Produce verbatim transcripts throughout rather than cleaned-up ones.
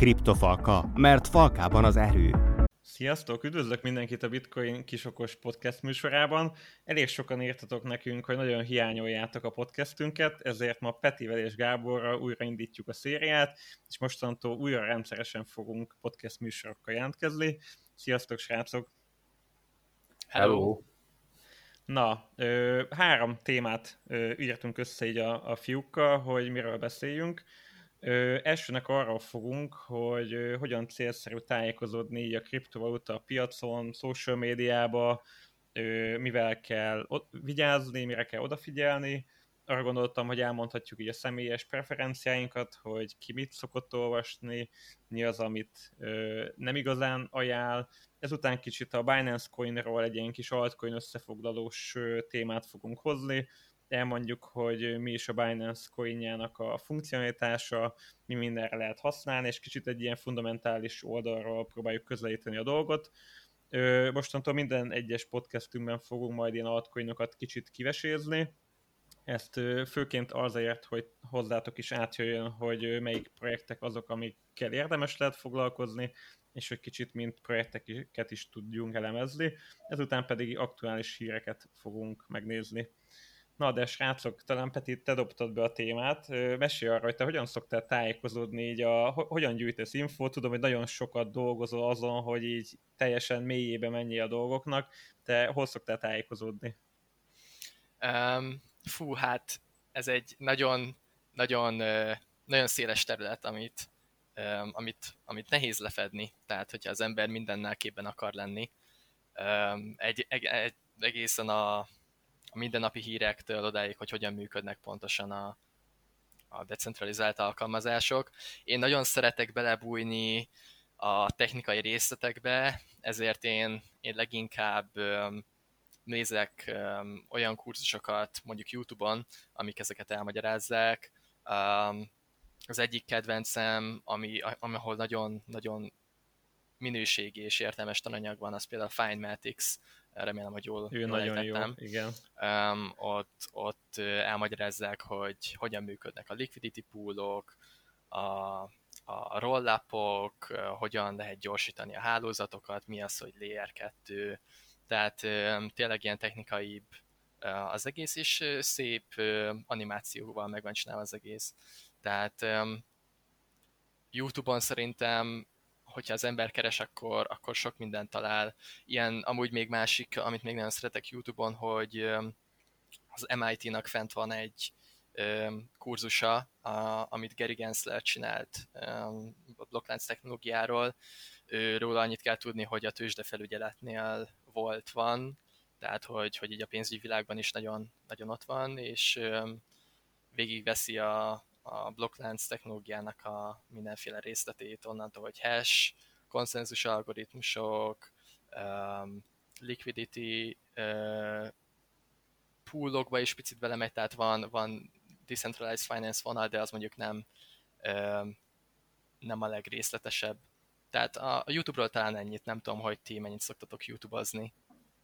Kriptofalka, mert falkában az erő. Sziasztok! Üdvözlök mindenkit a Bitcoin kisokos podcast műsorában. Elég sokan írtatok nekünk, hogy nagyon hiányoljátok a podcastünket, ezért ma Petivel és Gáborral újraindítjuk a szériát, és mostantól újra rendszeresen fogunk podcast műsorokkal jelentkezni. Sziasztok, srácok! Hello! Na, ö, három témát ö, írtunk össze így a, a fiúkkal, hogy miről beszéljünk. Ö, elsőnek arról fogunk, hogy ö, hogyan célszerű tájékozódni így a kriptovaluta piacon, social médiába, ö, mivel kell o- vigyázni, mire kell odafigyelni. Arra gondoltam, hogy elmondhatjuk így a személyes preferenciáinkat, hogy ki mit szokott olvasni, mi az, amit ö, nem igazán ajánl. Ezután kicsit a Binance Coinról egy ilyen kis altcoin összefoglalós ö, témát fogunk hozni. Elmondjuk, hogy mi is a Binance Coinjának a funkcionalitása, mi mindenre lehet használni, és kicsit egy ilyen fundamentális oldalról próbáljuk közelíteni a dolgot. Mostantól minden egyes podcastünkben fogunk majd ilyen altcoinokat kicsit kivesézni. Ezt főként azért, hogy hozzátok is átjöjjön, hogy melyik projektek azok, amikkel érdemes lehet foglalkozni, és hogy kicsit mint projekteket is tudjunk elemezni. Ezután pedig aktuális híreket fogunk megnézni. Na de srácok, talán Peti, te dobtad be a témát. Mesélj arra, hogy te hogyan szoktál tájékozódni, így a, hogyan gyűjtesz infót. Tudom, hogy nagyon sokat dolgozol azon, hogy így teljesen mélyébe menjél a dolgoknak. Te hol szoktál tájékozódni? Um, fú, hát ez egy nagyon, nagyon, nagyon széles terület, amit, um, amit, amit nehéz lefedni. Tehát, hogyha az ember mindennel képben akar lenni. Um, egy, egy, egy, egészen a a mindennapi hírektől odáig, hogy hogyan működnek pontosan a, a decentralizált alkalmazások. Én nagyon szeretek belebújni a technikai részletekbe, ezért én, én leginkább um, nézek um, olyan kurzusokat, mondjuk YouTube-on, amik ezeket elmagyarázzák. Um, az egyik kedvencem, ami, ahol nagyon, nagyon minőségi és értelmes tananyag van, az például a Findmatics, remélem, hogy jól, Ő jól nagyon ejtettem. jó, igen. Um, ott, ott elmagyarázzák, hogy hogyan működnek a liquidity poolok, a, a roll-upok, hogyan lehet gyorsítani a hálózatokat, mi az, hogy layer kettő, tehát um, tényleg ilyen technikaibb uh, az egész, és uh, szép uh, animációval meg van csinálva az egész. Tehát um, YouTube-on szerintem, hogyha az ember keres, akkor, akkor sok mindent talál. Ilyen amúgy még másik, amit még nagyon szeretek YouTube-on, hogy az em i té-nak fent van egy um, kurzusa, a, amit Gary Gensler csinált um, a blokklánc technológiáról. Ő, róla annyit kell tudni, hogy a tőzsdefelügyeletnél volt van, tehát hogy, hogy így a pénzügyi világban is nagyon, nagyon ott van, és um, végigveszi a a blokklánc technológiának a mindenféle részletét, onnantól, hogy hash, konszenzus algoritmusok, um, liquidity uh, poolokba is picit belemegy, tehát van, van decentralized finance vonal, de az mondjuk nem, um, nem a legrészletesebb. Tehát a, a YouTube-ról talán ennyit, nem tudom, hogy ti mennyit szoktatok YouTube-ozni.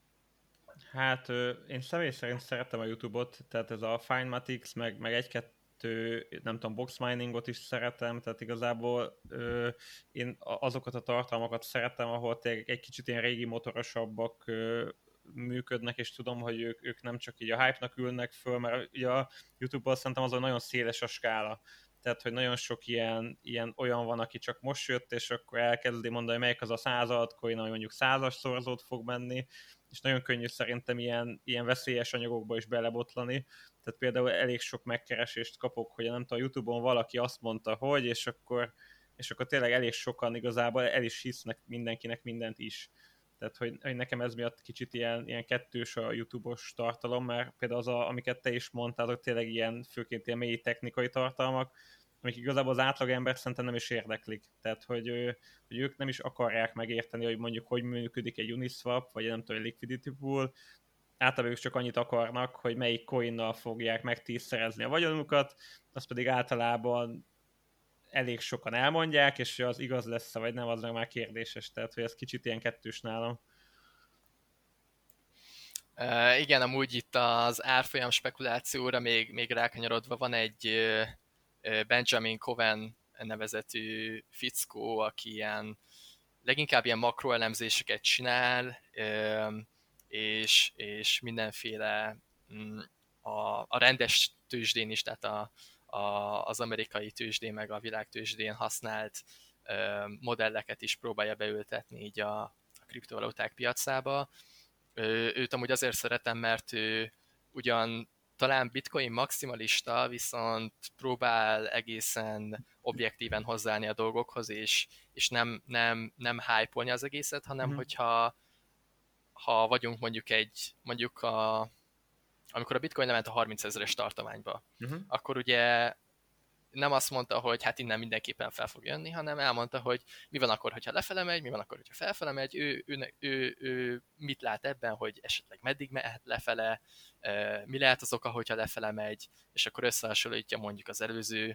Hát én személy szerint szeretem a YouTube-ot, tehát ez a Findmatics, meg, meg egy-kettő nem tudom, box miningot is szeretem, tehát igazából ö, én azokat a tartalmakat szeretem, ahol tényleg egy kicsit ilyen régi motorosabbak ö, működnek, és tudom, hogy ők, ők nem csak így a hype-nak ülnek föl, mert ugye a YouTube-ban szerintem azon nagyon széles a skála. Tehát, hogy nagyon sok ilyen, ilyen olyan van, aki csak most jött, és akkor elkezdi mondani, hogy melyik az a száz altcoin, ami mondjuk százas szorzót fog menni, és nagyon könnyű szerintem ilyen, ilyen veszélyes anyagokba is belebotlani. Tehát például elég sok megkeresést kapok, hogy nem tudom, a YouTube-on valaki azt mondta, hogy, és akkor, és akkor tényleg elég sokan igazából el is hisznek mindenkinek mindent is. Tehát, hogy, hogy nekem ez miatt kicsit ilyen, ilyen kettős a YouTube-os tartalom, mert például az, a, amiket te is mondtál, azok tényleg ilyen, főként ilyen mély technikai tartalmak, amik igazából az átlagember szerintem nem is érdeklik. Tehát, hogy, hogy ők nem is akarják megérteni, hogy mondjuk hogy működik egy Uniswap, vagy nem tudom, egy liquidity pool. Általában ők csak annyit akarnak, hogy melyik coinnal fogják megtízszerezni a vagyonukat, azt pedig általában elég sokan elmondják, és az igaz lesz vagy nem, az meg már kérdéses. Tehát, hogy ez kicsit ilyen kettős nálam. Uh, igen, amúgy itt az árfolyam spekulációra még, még rákanyarodva van egy uh, Benjamin Cohen nevezetű fickó, aki ilyen, leginkább ilyen makroelemzéseket csinál, és, és mindenféle a, a rendes tőzsdén is, tehát a, a, az amerikai tőzsdén meg a világ tőzsdén használt modelleket is próbálja beültetni így a, a kriptovaluták piacába. Őt amúgy azért szeretem, mert ő ugyan talán bitcoin maximalista, viszont próbál egészen objektíven hozzáállni a dolgokhoz, és, és nem, nem, nem hype-olni az egészet, hanem uh-huh. hogyha ha vagyunk mondjuk egy, mondjuk a, amikor a bitcoin lement a harmincezeres tartományba, uh-huh. akkor ugye nem azt mondta, hogy hát innen mindenképpen fel fog jönni, hanem elmondta, hogy mi van akkor, hogyha lefele megy, mi van akkor, hogyha felfele megy, ő, ő, ő, ő mit lát ebben, hogy esetleg meddig mehet lefele, mi lehet az oka, hogyha lefele megy, és akkor összehasonlítja mondjuk az előző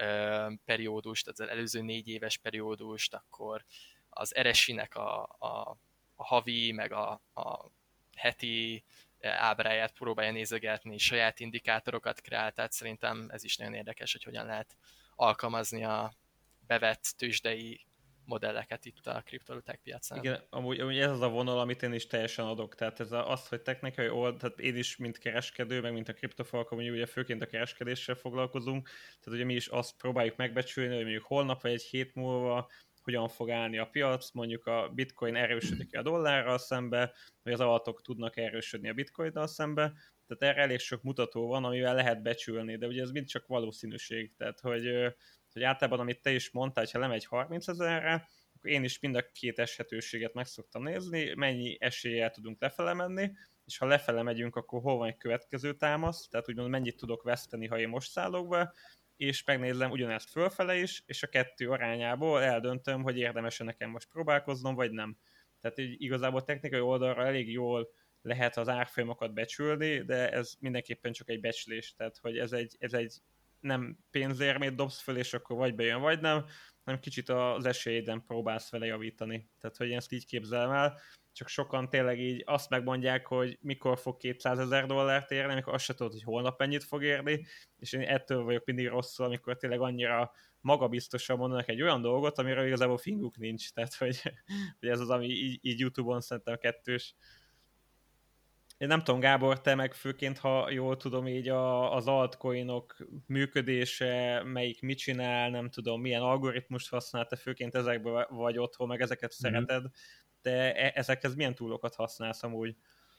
periódust, az előző négy éves periódust, akkor az er es i-nek a, a, a havi, meg a, a heti ábráját próbálja nézegetni, saját indikátorokat kreál, tehát szerintem ez is nagyon érdekes, hogy hogyan lehet alkalmazni a bevett tőzsdei modelleket itt a kriptovaluták piacán. Igen, amúgy, amúgy ez az a vonal, amit én is teljesen adok, tehát ez az, hogy technikai old, tehát én is, mint kereskedő, meg mint a kriptofalka, ugye főként a kereskedéssel foglalkozunk, tehát ugye mi is azt próbáljuk megbecsülni, hogy mondjuk holnap vagy egy hét múlva hogyan fog állni a piac, mondjuk a bitcoin erősödik a dollárral szembe, vagy az altok tudnak erősödni a bitcoinnal szembe, tehát erre elég sok mutató van, amivel lehet becsülni, de ugye ez mind csak valószínűség, tehát hogy, hogy általában, amit te is mondtál, hogyha lemegy harmincezerre, akkor én is mind a két eshetőséget meg szoktam nézni, mennyi eséllyel tudunk lefele menni, és ha lefele megyünk, akkor hol van egy következő támasz, tehát úgymond mennyit tudok veszteni, ha én most szállok be, és megnézem ugyanezt fölfele is, és a kettő arányából eldöntöm, hogy érdemes-e nekem most próbálkoznom, vagy nem. Tehát így igazából technikai oldalra elég jól lehet az árfolyamokat becsülni, de ez mindenképpen csak egy becslés, tehát hogy ez egy, ez egy nem pénzérmét dobsz föl, és akkor vagy bejön, vagy nem, hanem kicsit az esélyeden próbálsz vele javítani. Tehát, hogy én ezt így képzelem el, csak sokan tényleg így azt megmondják, hogy mikor fog kétszázezer dollárt érni, amikor azt se tudod, hogy holnap mennyit fog érni, és én ettől vagyok mindig rosszul, amikor tényleg annyira magabiztosan mondanak egy olyan dolgot, amiről igazából finguk nincs. Tehát, hogy, hogy ez az, ami így, így YouTube-on szerintem kettős. Én nem tudom, Gábor, te meg főként, ha jól tudom, így a, az altcoinok működése, melyik mit csinál, nem tudom, milyen algoritmust használ, te főként ezekben vagy otthon, meg ezeket mm-hmm. szereted, de ezekhez milyen túlokat használsz amúgy?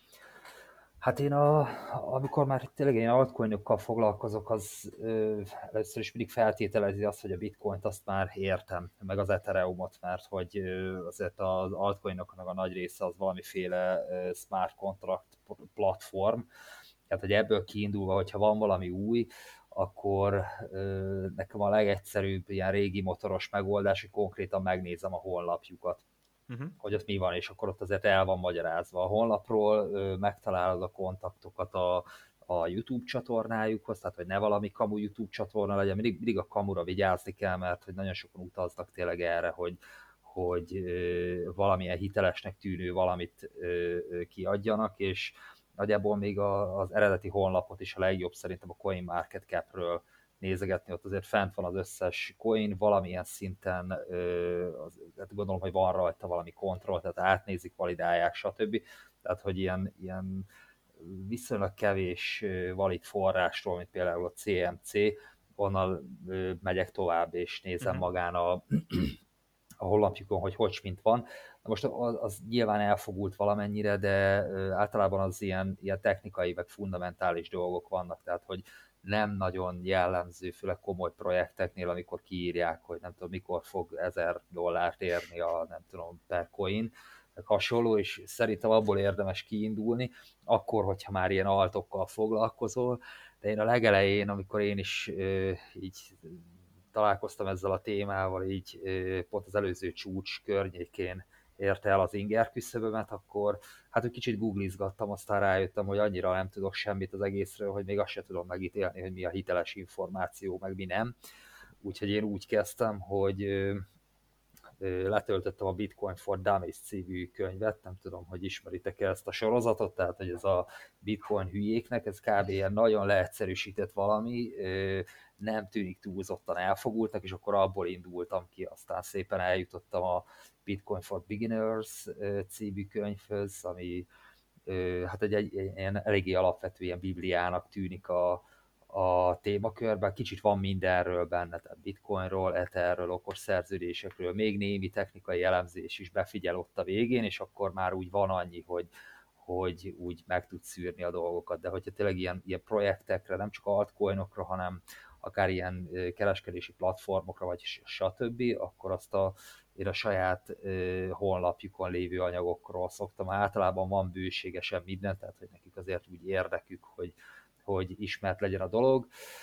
Hát én, a, amikor már tényleg én altcoinokkal foglalkozok, az ö, először is mindig feltételezi azt, hogy a bitcoint azt már értem, meg az ethereumot, mert hogy ö, azért az altcoinoknak a nagy része az valamiféle ö, smart contract platform, tehát hogy ebből kiindulva, hogyha van valami új, akkor ö, nekem a legegyszerűbb ilyen régi motoros megoldás, hogy konkrétan megnézem a honlapjukat. Uh-huh. Hogy ott mi van, és akkor ott azért el van magyarázva. A honlapról ö, megtalálod a kontaktokat a, a YouTube csatornájukhoz, tehát hogy ne valami kamu YouTube csatorna legyen, mindig, mindig a kamura vigyázni kell, mert hogy nagyon sokan utaznak tényleg erre, hogy, hogy ö, valamilyen hitelesnek tűnő valamit ö, ö, kiadjanak, és nagyjából még a, az eredeti honlapot is a legjobb szerintem a CoinMarketCap-ről nézegetni, ott azért fent van az összes coin, valamilyen szinten, az, hát gondolom, hogy van rajta valami kontroll, tehát átnézik, validálják, stb. Tehát, hogy ilyen, ilyen viszonylag kevés valid forrásról, mint például a cé em cé, onnan megyek tovább, és nézem uh-huh. magán a, a honlapjukon, hogy hogy mint van. Na most az, az nyilván elfogult valamennyire, de általában az ilyen, ilyen technikai, meg fundamentális dolgok vannak, tehát, hogy nem nagyon jellemző, főleg komoly projekteknél, amikor kiírják, hogy nem tudom, mikor fog ezer dollárt érni a, nem tudom, per coin, hasonló, és szerintem abból érdemes kiindulni, akkor, hogyha már ilyen altokkal foglalkozol, de én a legelején, amikor én is ö, így találkoztam ezzel a témával, így ö, pont az előző csúcs környékén érte el az inger küszöbömet, akkor hát egy kicsit googlizgattam, aztán rájöttem, hogy annyira nem tudok semmit az egészről, hogy még azt se tudom megítélni, hogy mi a hiteles információ, meg mi nem. Úgyhogy én úgy kezdtem, hogy letöltöttem a Bitcoin for Dummies című könyvet, nem tudom, hogy ismeritek-e ezt a sorozatot, tehát hogy ez a Bitcoin hülyéknek, ez kb. Ilyen nagyon leegyszerűsített valami, nem tűnik túlzottan elfogultak, és akkor abból indultam ki, aztán szépen eljutottam a Bitcoin for Beginners című könyvhöz, ami hát egy, egy, egy ilyen eléggé alapvető ilyen bibliának tűnik a, a témakörben, kicsit van mindenről benne, tehát Bitcoinról, Etherről, okos szerződésekről, még némi technikai elemzés is befigyel ott a végén, és akkor már úgy van annyi, hogy, hogy úgy meg tud szűrni a dolgokat, de hogyha tényleg ilyen, ilyen projektekre, nem csak altcoinokra, hanem akár ilyen kereskedési platformokra, vagy stb., akkor azt a, én a saját uh, honlapjukon lévő anyagokról szoktam. Általában van bőségesen minden, tehát hogy nekik azért úgy érdekük, hogy, hogy ismert legyen a dolog.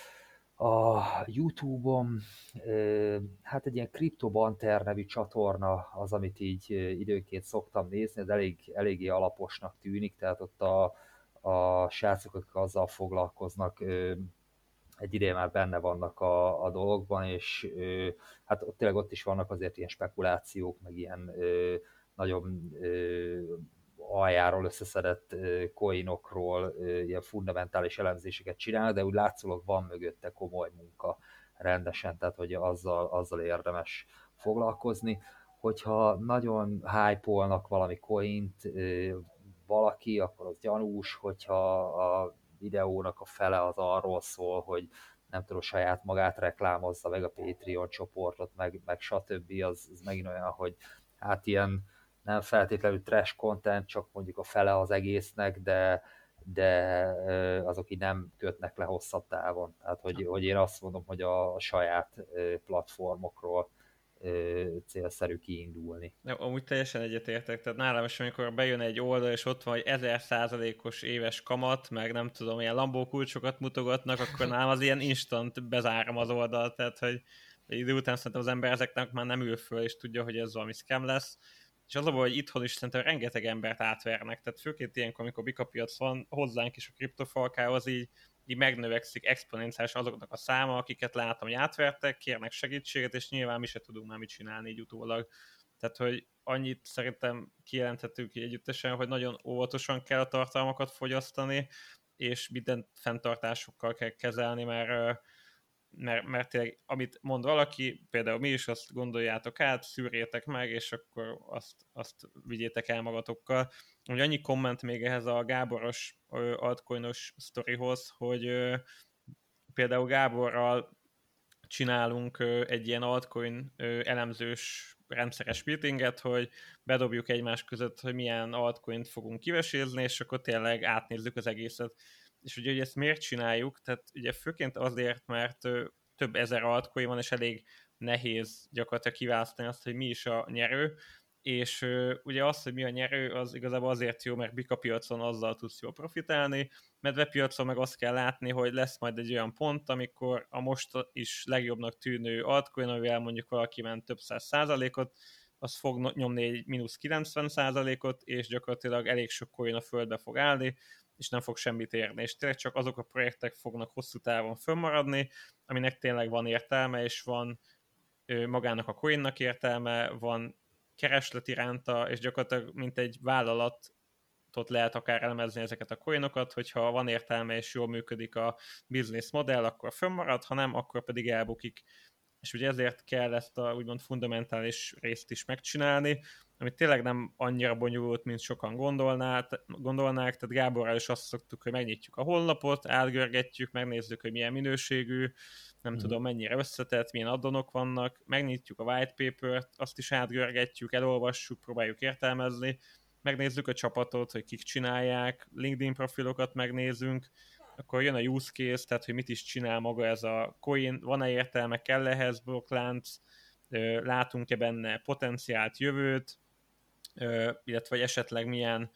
A YouTube-on uh, hát egy ilyen CryptoBanter nevű csatorna az, amit így uh, időnként szoktam nézni, de elég, eléggé alaposnak tűnik, tehát ott a, a srácok, akik azzal foglalkoznak, uh, egy ideje már benne vannak a, a dologban, és ö, hát ott, tényleg ott is vannak azért ilyen spekulációk, meg ilyen ö, nagyon ö, aljáról összeszedett ö, coinokról ö, ilyen fundamentális elemzéseket csinál, de úgy látszólag van mögötte komoly munka rendesen, tehát hogy azzal, azzal érdemes foglalkozni. Hogyha nagyon hype-olnak valami coint ö, valaki, akkor az gyanús, hogyha a videónak a fele az arról szól, hogy nem tudom, saját magát reklámozza, meg a Patreon csoportot, meg, meg stb. Az, az megint olyan, hogy hát ilyen nem feltétlenül trash content, csak mondjuk a fele az egésznek, de, de azok így nem kötnek le hosszabb távon. Tehát, hogy, hogy én azt mondom, hogy a, a saját platformokról célszerű kiindulni. Ja, amúgy teljesen egyetértek, tehát nálam is, amikor bejön egy oldal, és ott van, hogy ezer százalékos éves kamat, meg nem tudom, ilyen Lambó kulcsokat mutogatnak, akkor nálam az ilyen instant bezárom az oldalt, tehát hogy idő után szerintem az ember ezeknek már nem ül föl, és tudja, hogy ez valami scam lesz. És az a baj, hogy itthon is szerintem rengeteg embert átvernek, tehát főként ilyenkor, amikor bikapiac van, hozzánk is a kriptofalkához így így megnövekszik exponenciálisan azoknak a száma, akiket látom, hogy átvertek, kérnek segítséget, és nyilván mi se tudunk már mit csinálni így utólag. Tehát, hogy annyit szerintem kijelenthetünk így együttesen, hogy nagyon óvatosan kell a tartalmakat fogyasztani, és minden fenntartásokkal kell kezelni, mert, mert, mert tényleg, amit mond valaki, például mi is azt gondoljátok át, szűrjétek meg, és akkor azt, azt vigyétek el magatokkal. Úgy annyi komment még ehhez a Gáboros altcoinos sztorihoz, hogy ö, például Gáborral csinálunk ö, egy ilyen altcoin ö, elemzős rendszeres meetinget, hogy bedobjuk egymás között, hogy milyen altcoint fogunk kivesézni, és akkor tényleg átnézzük az egészet. És ugye, hogy ezt miért csináljuk? Tehát ugye főként azért, mert ö, több ezer altcoin van, és elég nehéz gyakorlatilag kiválasztani azt, hogy mi is a nyerő, és uh, ugye az, hogy mi a nyerő, az igazából azért jó, mert bikapiacon azzal tudsz jól profitálni, medvepiacon meg azt kell látni, hogy lesz majd egy olyan pont, amikor a most is legjobbnak tűnő altcoin, amivel mondjuk valaki ment több száz százalékot, az fog nyomni egy mínusz kilencven százalékot, és gyakorlatilag elég sok coin a földbe fog állni, és nem fog semmit érni, és tényleg csak azok a projektek fognak hosszú távon fönnmaradni, aminek tényleg van értelme, és van ö, magának a coinnak értelme, van kereslet iránta, és gyakorlatilag mint egy vállalatot lehet akár elemezni ezeket a coinokat, hogyha van értelme és jól működik a business modell, akkor fönnmarad, ha nem, akkor pedig elbukik. És ugye ezért kell ezt a úgymond fundamentális részt is megcsinálni, ami tényleg nem annyira bonyolult, mint sokan gondolnák, gondolnák, tehát Gáborral is azt szoktuk, hogy megnyitjuk a honlapot, átgörgetjük, megnézzük, hogy milyen minőségű, nem mm. tudom mennyire összetett, milyen addonok vannak, megnyitjuk a white papert, azt is átgörgetjük, elolvassuk, próbáljuk értelmezni, megnézzük a csapatot, hogy kik csinálják, LinkedIn profilokat megnézzünk, akkor jön a use case, tehát hogy mit is csinál maga ez a coin, van-e értelme, kell ehhez blokklánc, látunk-e benne potenciált jövőt, illetve vagy esetleg milyen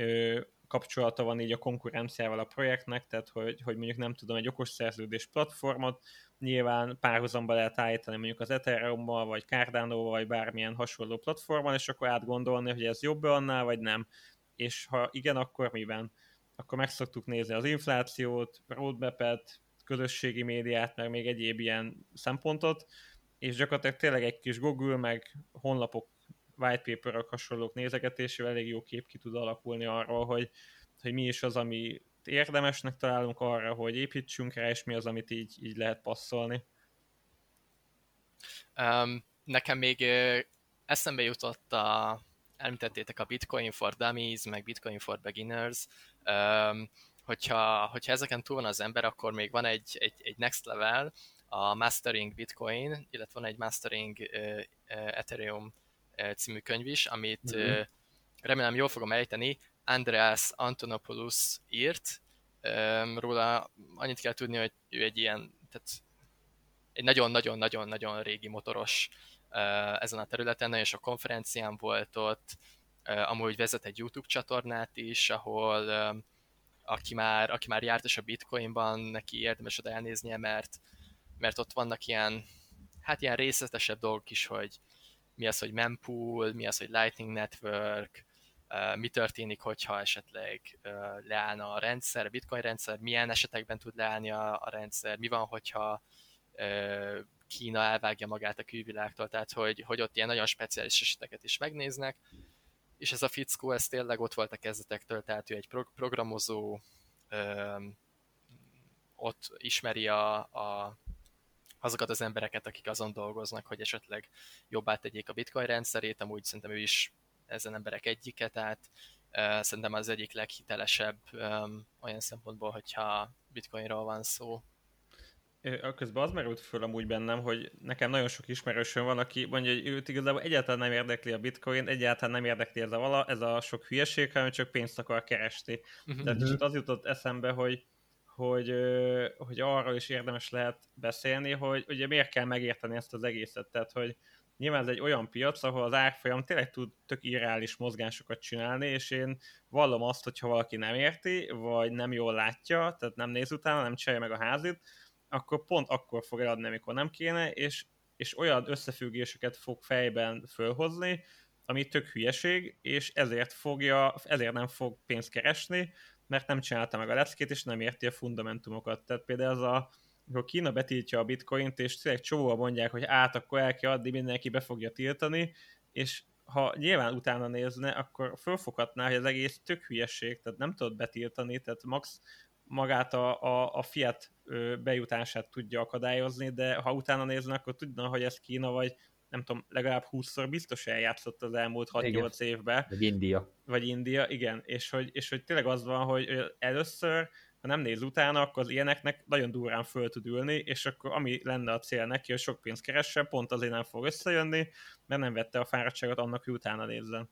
kapcsolata van így a konkurenciával a projektnek, tehát hogy, hogy mondjuk nem tudom, egy okos szerződés platformot, nyilván párhuzamba lehet állítani mondjuk az Ethereum-mal, vagy Cardano-val, vagy bármilyen hasonló platformon, és akkor átgondolni, hogy ez jobb annál, vagy nem. És ha igen, akkor miben? Akkor meg szoktuk nézni az inflációt, roadmap-et, közösségi médiát, meg még egyéb ilyen szempontot, és gyakorlatilag tényleg egy kis Google, meg honlapok, white paperok hasonlók nézegetésével elég jó kép ki tud alakulni arról, hogy, hogy mi is az, ami érdemesnek találunk arra, hogy építsünk rá, és mi az, amit így, így lehet passzolni. Um, nekem még uh, eszembe jutott a, említettétek a Bitcoin for Dummies, meg Bitcoin for Beginners, um, hogyha, hogyha ezeken túl van az ember, akkor még van egy, egy, egy next level, a Mastering Bitcoin, illetve van egy Mastering uh, uh, Ethereum uh, című könyv is, amit mm-hmm. uh, remélem jól fogom ejteni, Andreas Antonopoulos írt. Um, róla annyit kell tudni, hogy ő egy ilyen, tehát egy nagyon-nagyon-nagyon-nagyon régi motoros uh, ezen a területen, nagyon sok konferencián volt ott, uh, amúgy vezet egy YouTube csatornát is, ahol um, aki, már, aki már jártas a Bitcoinban, neki érdemes oda elnéznie, mert, mert ott vannak ilyen, hát ilyen részletesebb dolgok is, hogy mi az, hogy mempool, mi az, hogy Lightning Network, uh, mi történik, hogyha esetleg uh, leállna a rendszer, a Bitcoin rendszer, milyen esetekben tud leállni a, a rendszer, mi van, hogyha Kína elvágja magát a külvilágtól, tehát hogy, hogy ott ilyen nagyon speciális eseteket is megnéznek, és ez a fickó, ez tényleg ott volt a kezdetektől, tehát ő egy pro- programozó, öm, ott ismeri a, a, azokat az embereket, akik azon dolgoznak, hogy esetleg jobbá tegyék a Bitcoin rendszerét, amúgy szerintem ő is ezen emberek egyike, tehát uh, szerintem az egyik leghitelesebb um, olyan szempontból, hogyha Bitcoinról van szó. Közben az merült föl amúgy bennem, hogy nekem nagyon sok ismerősöm van, aki mondja, hogy őt igazából egyáltalán nem érdekli a Bitcoin, egyáltalán nem érdekli ez a, vala, ez a sok hülyeség, hanem csak pénzt akar keresni. Uh-huh. Tehát kicsit az jutott eszembe, hogy, hogy, hogy arról is érdemes lehet beszélni, hogy ugye miért kell megérteni ezt az egészet. Tehát, hogy nyilván ez egy olyan piac, ahol az árfolyam tényleg tud tök irreális mozgásokat csinálni, és én vallom azt, hogyha valaki nem érti, vagy nem jól látja, tehát nem néz utána, nem csinálja meg a házit, akkor pont akkor fog eladni, amikor nem kéne, és, és olyan összefüggéseket fog fejben fölhozni, ami tök hülyeség, és ezért fogja, ezért nem fog pénzt keresni, mert nem csinálta meg a leckét, és nem érti a fundamentumokat. Tehát például az a, amikor Kína betiltja a bitcoint, és tényleg csomóan mondják, hogy át, akkor el kell adni, mindenki be fogja tiltani, és ha nyilván utána nézne, akkor fölfoghatná, hogy az egész tök hülyeség, tehát nem tudod betiltani, tehát max magát a, a, a fiat bejutását tudja akadályozni, de ha utána nézne, akkor tudna, hogy ez Kína, vagy nem tudom, legalább húszszor biztos eljátszott az elmúlt hat-nyolc évben. Vagy India. Vagy India, igen. És hogy, és hogy tényleg az van, hogy először, ha nem néz utána, akkor az ilyeneknek nagyon durrán föl tud ülni, és akkor ami lenne a cél neki, hogy sok pénzt keressen, pont azért nem fog összejönni, mert nem vette a fáradtságot annak, hogy utána nézzen.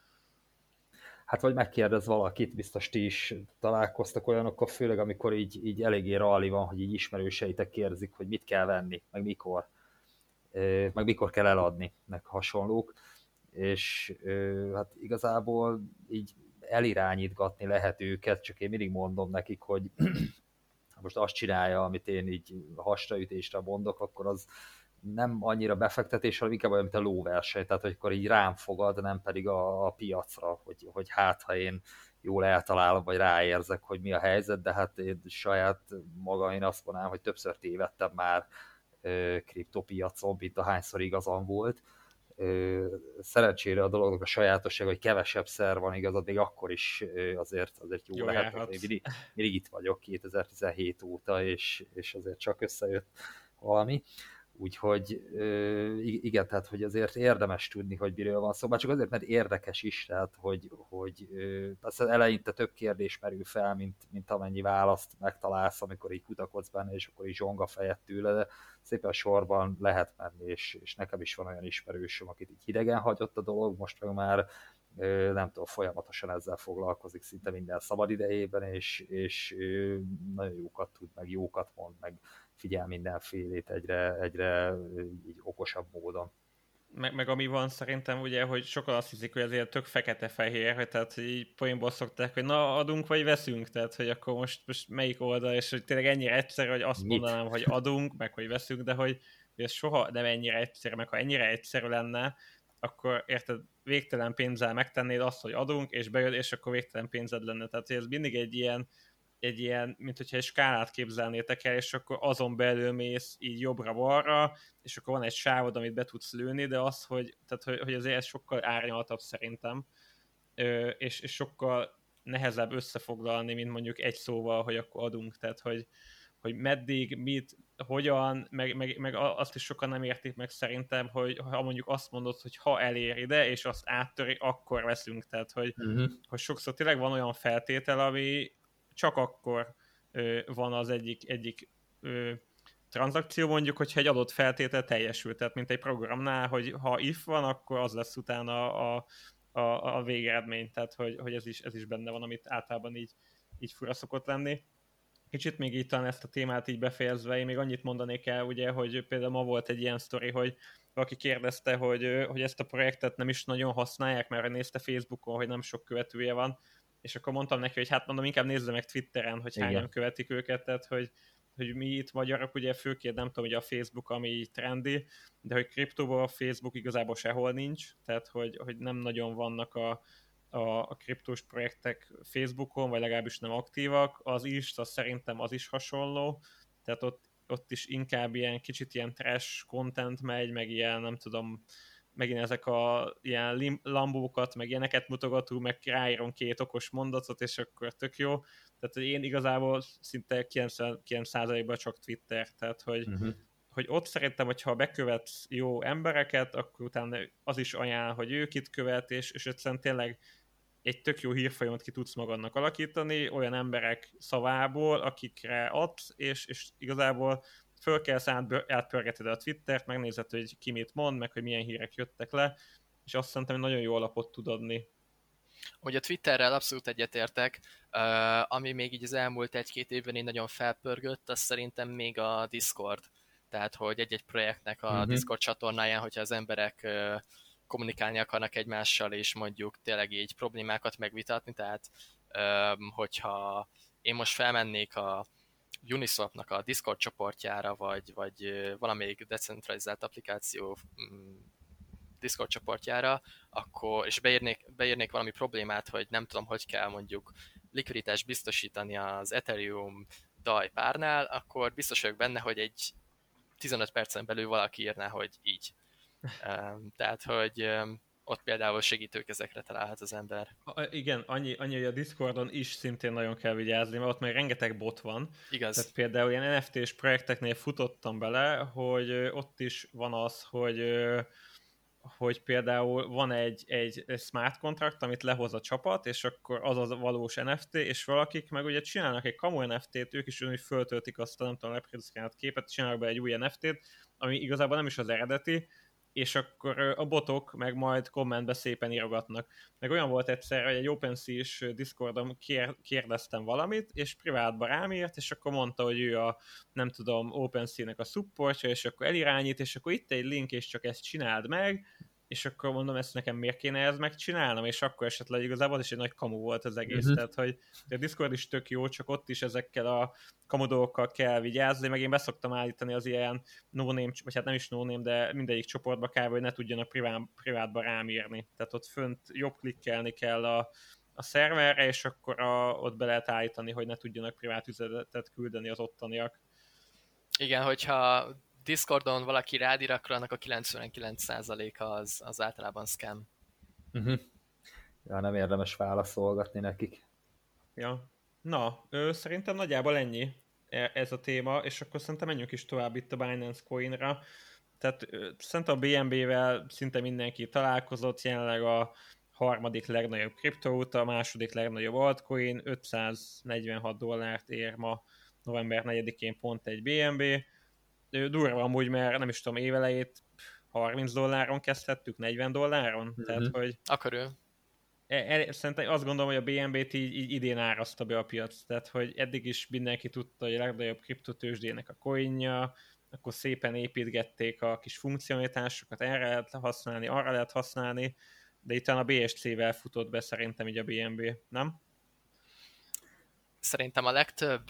Hát vagy megkérdez valakit, biztos ti is találkoztak olyanokkal, főleg amikor így, így eléggé rally van, hogy így ismerőseitek kérdezik, hogy mit kell venni, meg mikor, meg mikor kell eladni, meg hasonlók, és hát igazából így elirányítgatni lehet őket, csak én mindig mondom nekik, hogy most azt csinálja, amit én így hasraütésre mondok, akkor az nem annyira befektetés, hanem inkább olyan, mint a lóverseny, tehát hogy akkor így rám fogad, nem pedig a, a piacra, hogy, hogy hát, ha én jól eltalálom, vagy ráérzek, hogy mi a helyzet, de hát én saját maga, én azt mondanám, hogy többször tévedtem már ö, kriptopiacon, mint ahányszor igazam volt. Ö, szerencsére a dolognak a sajátosság, hogy kevesebb szer van igazad, még akkor is ö, azért, azért jó, jó lehet, hogy mindig, mindig itt vagyok kétezer-tizenhét óta, és, és azért csak összejött valami. Úgyhogy igen, tehát hogy azért érdemes tudni, hogy miről van szó, már csak azért, mert érdekes is, tehát hogy, hogy persze eleinte több kérdés merül fel, mint, mint amennyi választ megtalálsz, amikor így kutakodsz benne, és akkor így zsong a fejed tőle, de szépen sorban lehet menni, és, és nekem is van olyan ismerősöm, akit így hidegen hagyott a dolog, most meg már nem tudom, folyamatosan ezzel foglalkozik szinte minden szabad idejében, és, és nagyon jókat tud, meg jókat mond, meg figyel mindenfélét egyre, egyre így okosabb módon. Meg, meg ami van szerintem ugye, hogy sokan azt hiszik, hogy azért tök fekete-fehér, hogy tehát hogy így poénból szokták, hogy na adunk vagy veszünk, tehát hogy akkor most, most melyik oldal, és hogy tényleg ennyire egyszerű, hogy azt Mit? mondanám, hogy adunk, meg hogy veszünk, de hogy, hogy ez soha nem ennyire egyszerű, meg ha ennyire egyszerű lenne, akkor érted, végtelen pénzzel megtennéd azt, hogy adunk, és bejön, és akkor végtelen pénzed lenne. Tehát ez mindig egy ilyen, egy ilyen, mint hogyha egy skálát képzelnétek el, és akkor azon belül mész így jobbra-balra, és akkor van egy sávod, amit be tudsz lőni, de az, hogy, tehát, hogy, hogy azért ez sokkal árnyaltabb szerintem, Ö, és, és sokkal nehezebb összefoglalni, mint mondjuk egy szóval, hogy akkor adunk, tehát hogy, hogy meddig, mit, hogyan, meg, meg, meg azt is sokan nem értik meg szerintem, hogy ha mondjuk azt mondod, hogy ha elér ide, és azt áttöri, akkor veszünk, tehát hogy, uh-huh. hogy sokszor tényleg van olyan feltétel, ami csak akkor ö, van az egyik, egyik ö, tranzakció, mondjuk, hogyha egy adott feltétel teljesül, tehát mint egy programnál, hogy ha if van, akkor az lesz utána a, a, a végeredmény, tehát hogy, hogy ez, is, ez is benne van, amit általában így, így fura szokott lenni. Kicsit még itt talán ezt a témát így befejezve, én még annyit mondanék el, ugye, hogy például ma volt egy ilyen sztori, hogy valaki kérdezte, hogy, hogy ezt a projektet nem is nagyon használják, mert nézte Facebookon, hogy nem sok követője van, és akkor mondtam neki, hogy hát mondom, inkább nézze meg Twitteren, hogy hányan Igen. követik őket, tehát hogy, hogy mi itt magyarok, ugye főként nem tudom, hogy a Facebook, ami így trendi, de hogy kriptóban a Facebook igazából sehol nincs, tehát hogy, hogy nem nagyon vannak a a, a kriptós projektek Facebookon, vagy legalábbis nem aktívak, az is, az szerintem az is hasonló, tehát ott, ott is inkább ilyen kicsit ilyen trash content megy, meg ilyen, nem tudom, megint ezek a ilyen lim- lambókat, meg ilyeneket mutogatunk, meg ráírom két okos mondatot, és akkor tök jó. Tehát hogy én igazából szinte kilencvenkilenc százalékban csak Twitter, tehát hogy, uh-huh. hogy ott szerintem, hogyha bekövetsz jó embereket, akkor utána az is ajánl, hogy ők itt követ, és, és egyszerűen tényleg egy tök jó hírfolyamat ki tudsz magadnak alakítani, olyan emberek szavából, akikre adsz, és, és igazából föl kell átpörgeted a Twittert, megnézed, hogy ki mit mond, meg hogy milyen hírek jöttek le, és azt szerintem nagyon jó alapot tud adni. Ugye a Twitterrel abszolút egyetértek, uh, ami még így az elmúlt egy-két évben én nagyon felpörgött, az szerintem még a Discord. Tehát, hogy egy-egy projektnek a uh-huh. Discord csatornáján, hogyha az emberek uh, kommunikálni akarnak egymással, és mondjuk tényleg így problémákat megvitatni, tehát um, hogyha én most felmennék a Uniswapnak a Discord csoportjára, vagy, vagy uh, valamelyik decentralizált applikáció um, Discord csoportjára, akkor, és beírnék, beírnék valami problémát, hogy nem tudom, hogy kell mondjuk likviditást biztosítani az Ethereum daj párnál, akkor biztos vagyok benne, hogy egy tizenöt percen belül valaki írná, hogy így. Um, tehát, hogy um, ott például segítőkezekre találhat az ember. A, igen, annyi, annyi, hogy a Discordon is szintén nagyon kell vigyázni, mert ott még rengeteg bot van. Igaz. Tehát például ilyen en ef té-s projekteknél futottam bele, hogy ott is van az, hogy hogy például van egy, egy smart contract, amit lehoz a csapat, és akkor az az valós en ef té, és valakik meg ugye csinálnak egy kamu en ef té-t, ők is úgy föltöltik azt a nem tudom, lepredikált képet, csinálnak be egy új en ef té-t, ami igazából nem is az eredeti, és akkor a botok meg majd kommentbe szépen írogatnak. Meg olyan volt egyszer, hogy egy OpenSea-s Discordon kér, kérdeztem valamit, és privátba rám írt, és akkor mondta, hogy ő a, nem tudom, OpenSea-nek a supportja, és akkor elirányít, és akkor itt egy link, és csak ezt csináld meg, és akkor mondom, ezt nekem miért kéne ezt megcsinálnom, és akkor esetleg igazából is egy nagy kamu volt az egész, uh-huh. tehát hogy a Discord is tök jó, csak ott is ezekkel a kamu dolgokkal kell vigyázni, meg én beszoktam állítani az ilyen no-name, vagy hát nem is no-name, de mindegyik csoportba kell, hogy ne tudjanak privát, privátba rám írni. Tehát ott fönt jobb klikkelni kell a, a szerverre, és akkor a, ott be lehet állítani, hogy ne tudjanak privát üzenetet küldeni az ottaniak. Igen, hogyha Discordon valaki rád ír, akkor annak a kilencvenkilenc százaléka az, az általában scam. Uh-huh. Ja, nem érdemes válaszolgatni nekik. Ja. Na, ö, szerintem nagyjából ennyi ez a téma, és akkor szerintem menjünk is tovább itt a Binance Coinra. Tehát ö, szerintem a bé en bé-vel szinte mindenki találkozott, jelenleg a harmadik legnagyobb kriptóta, a második legnagyobb altcoin, ötszáznegyvenhat dollárt ér ma november negyedikén pont egy bé en bé. Durva amúgy, mert nem is tudom, évelejét harminc dolláron kezdhettük, negyven dolláron, mm-hmm. tehát hogy... Akkor el, szerintem azt gondolom, hogy a bé en bé-t így, így idén áraszta be a piac, tehát hogy eddig is mindenki tudta, hogy a legnagyobb kriptotőzsdének a coinja, akkor szépen építgették a kis funkcionalitásokat, erre lehet használni, arra lehet használni, de itt a bé es cé-vel futott be szerintem így a bé en bé, nem? Szerintem a legtöbb...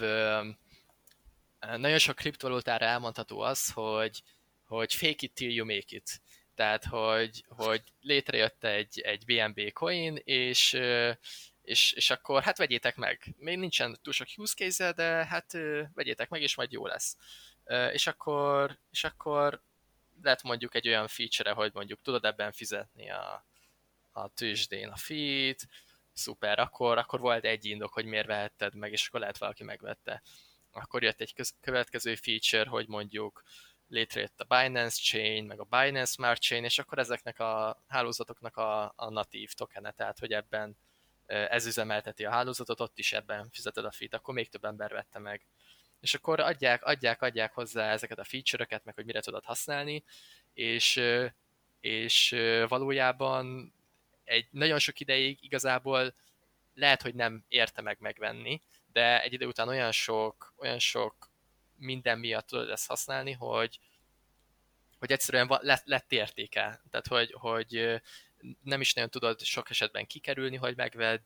Nagyon sok kriptovalutára elmondható az, hogy, hogy fake it till you make it. Tehát, hogy, hogy létrejött egy, egy bé en bé coin, és, és, és akkor hát vegyétek meg. Még nincsen túl sok use case, de hát vegyétek meg, és majd jó lesz. És akkor, és akkor lehet mondjuk egy olyan feature, hogy mondjuk tudod ebben fizetni a, a tőzsdén a fee-t, szuper, akkor, akkor volt egy indok, hogy miért vehetted meg, és akkor lehet valaki megvette. Akkor jött egy köz- következő feature, hogy mondjuk létrejött a Binance Chain, meg a Binance Smart Chain, és akkor ezeknek a hálózatoknak a, a natív tokene, tehát hogy ebben ez üzemelteti a hálózatot, ott is ebben fizeted a fee-t, akkor még több ember vette meg. És akkor adják, adják, adják hozzá ezeket a feature-öket, meg hogy mire tudod használni, és, és valójában egy nagyon sok ideig igazából lehet, hogy nem érte meg megvenni, de egy idő után olyan sok, olyan sok minden miatt tudod ezt használni, hogy, hogy egyszerűen lett, lett értéke. Tehát, hogy, hogy nem is nagyon tudod sok esetben kikerülni, hogy megvedd,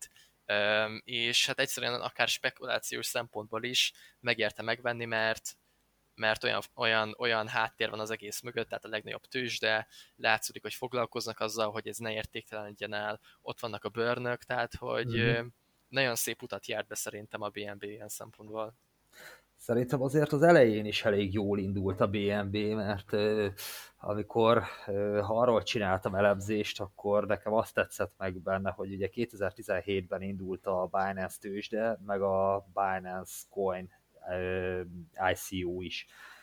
és hát egyszerűen akár spekulációs szempontból is megérte megvenni, mert, mert olyan, olyan, olyan háttér van az egész mögött, tehát a legnagyobb tőzsde, látszik, hogy foglalkoznak azzal, hogy ez ne értéktelenedjen el, ott vannak a burnök, tehát hogy mm-hmm. nagyon szép utat járt be szerintem a bé en bé ilyen szempontból. Szerintem azért az elején is elég jól indult a bé en bé, mert uh, amikor uh, ha arról csináltam elemzést, akkor nekem azt tetszett meg benne, hogy ugye kétezer-tizenhétben indult a Binance tőzsde, meg a Binance Coin uh, i cé o is.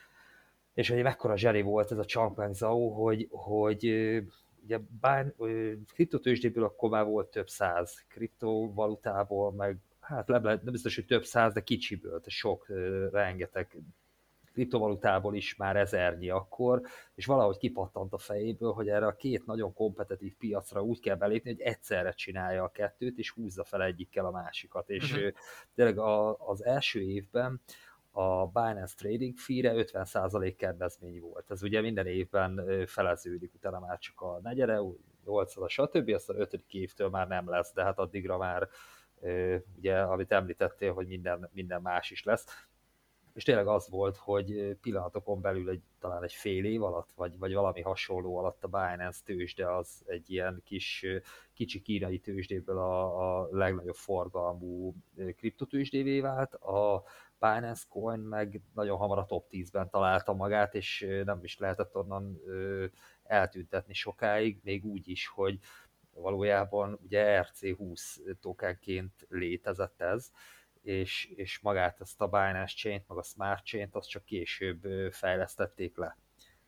És hogy mekkora zseni volt ez a Changpeng Zhao, hogy, hogy uh, ugye kriptotőzsdéből akkor már volt több száz, kriptovalutából meg hát nem biztos, hogy több száz, de kicsiből, de sok, rengeteg kriptovalutából is már ezernyi akkor, és valahogy kipattant a fejéből, hogy erre a két nagyon kompetitív piacra úgy kell belépni, hogy egyszerre csinálja a kettőt, és húzza fel egyikkel a másikat. És uh-huh. tényleg a, az első évben a Binance Trading Fee-re ötven százalék kedvezmény volt. Ez ugye minden évben feleződik, utána már csak a negyede, nyolcada, stb. Aztán a ötödik évtől már nem lesz, de hát addigra már ugye, amit említettél, hogy minden, minden más is lesz. És tényleg az volt, hogy pillanatokon belül egy, talán egy fél év alatt, vagy, vagy valami hasonló alatt a Binance tőzsde az egy ilyen kis, kicsi kínai tőzsdéből a, a legnagyobb forgalmú kriptotőzsdévé vált. A Binance Coin meg nagyon hamar a top tízben találta magát, és nem is lehetett onnan eltüntetni sokáig, még úgy is, hogy valójában ugye er cé húsz tokenként létezett ez, és, és magát ezt a Binance Chain-t, meg a Smart Chain-t, azt csak később fejlesztették le.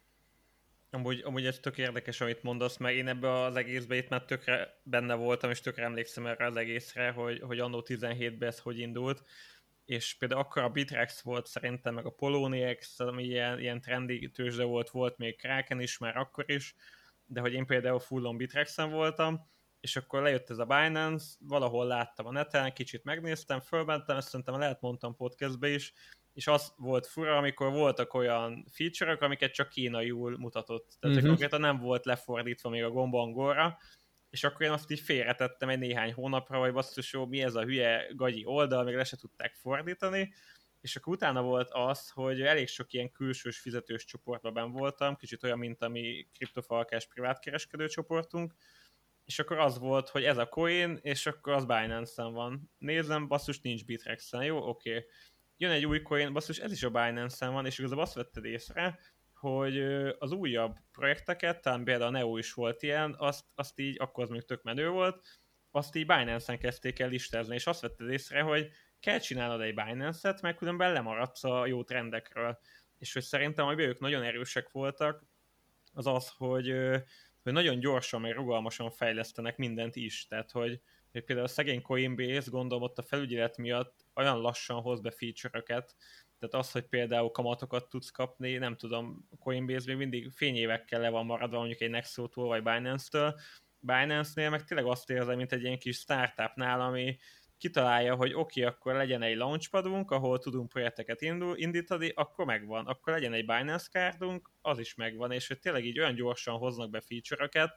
Amúgy, amúgy ez tök érdekes, amit mondasz, mert én ebbe az egészbe itt már tökre benne voltam, és tökre emlékszem erre az egészre, hogy, hogy annó tizenhétben ez hogy indult, és például akkor a Bittrex volt szerintem, meg a Poloniex, ami ilyen, ilyen trendi tőzsde volt, volt még Kraken is már akkor is, de hogy én például fullon Bitrexen voltam, és akkor lejött ez a Binance, valahol láttam a neten, kicsit megnéztem, fölmentem, ezt szerintem lehet mondtam podcastbe is, és az volt fura, amikor voltak olyan feature-ök, amiket csak kínaiul mutatott. Tehát uh-huh. konkrétan nem volt lefordítva még a gomb angolra, és akkor én azt így félretettem egy néhány hónapra, hogy basszus jó, mi ez a hülye gagyi oldal, még le se tudták fordítani, és akkor utána volt az, hogy elég sok ilyen külsős fizetős csoportban benn voltam, kicsit olyan, mint a mi kriptofalkás privátkereskedő csoportunk, és akkor az volt, hogy ez a coin, és akkor az Binance-en van. Nézem, basszus, nincs Bitrexen, jó, oké. Okay. Jön egy új coin, basszus, ez is a Binance-en van, és igazából azt vetted észre, hogy az újabb projekteket, talán például a Neo is volt ilyen, azt, azt így, akkor az még tök menő volt, azt így Binance-en kezdték el listázni, és azt vetted észre, hogy kell csinálnod egy Binance-et, mert különben lemaradsz a jó trendekről. És hogy szerintem, amiben ők nagyon erősek voltak, az az, hogy, hogy nagyon gyorsan, meg rugalmasan fejlesztenek mindent is. Tehát, hogy, hogy például a szegény Coinbase, gondolom ott a felügyelet miatt olyan lassan hoz be feature-öket, tehát az, hogy például kamatokat tudsz kapni, nem tudom, Coinbase még mindig fényévekkel le van maradva mondjuk egy Nexo-tól vagy Binance-től. Binance-nél meg tényleg azt érzem, mint egy ilyen kis startupnál, ami kitalálja, hogy oké, okay, akkor legyen egy launchpadunk, ahol tudunk projekteket indul, indítani, akkor megvan. Akkor legyen egy Binance cardunk, az is megvan, és hogy tényleg így olyan gyorsan hoznak be feature-öket,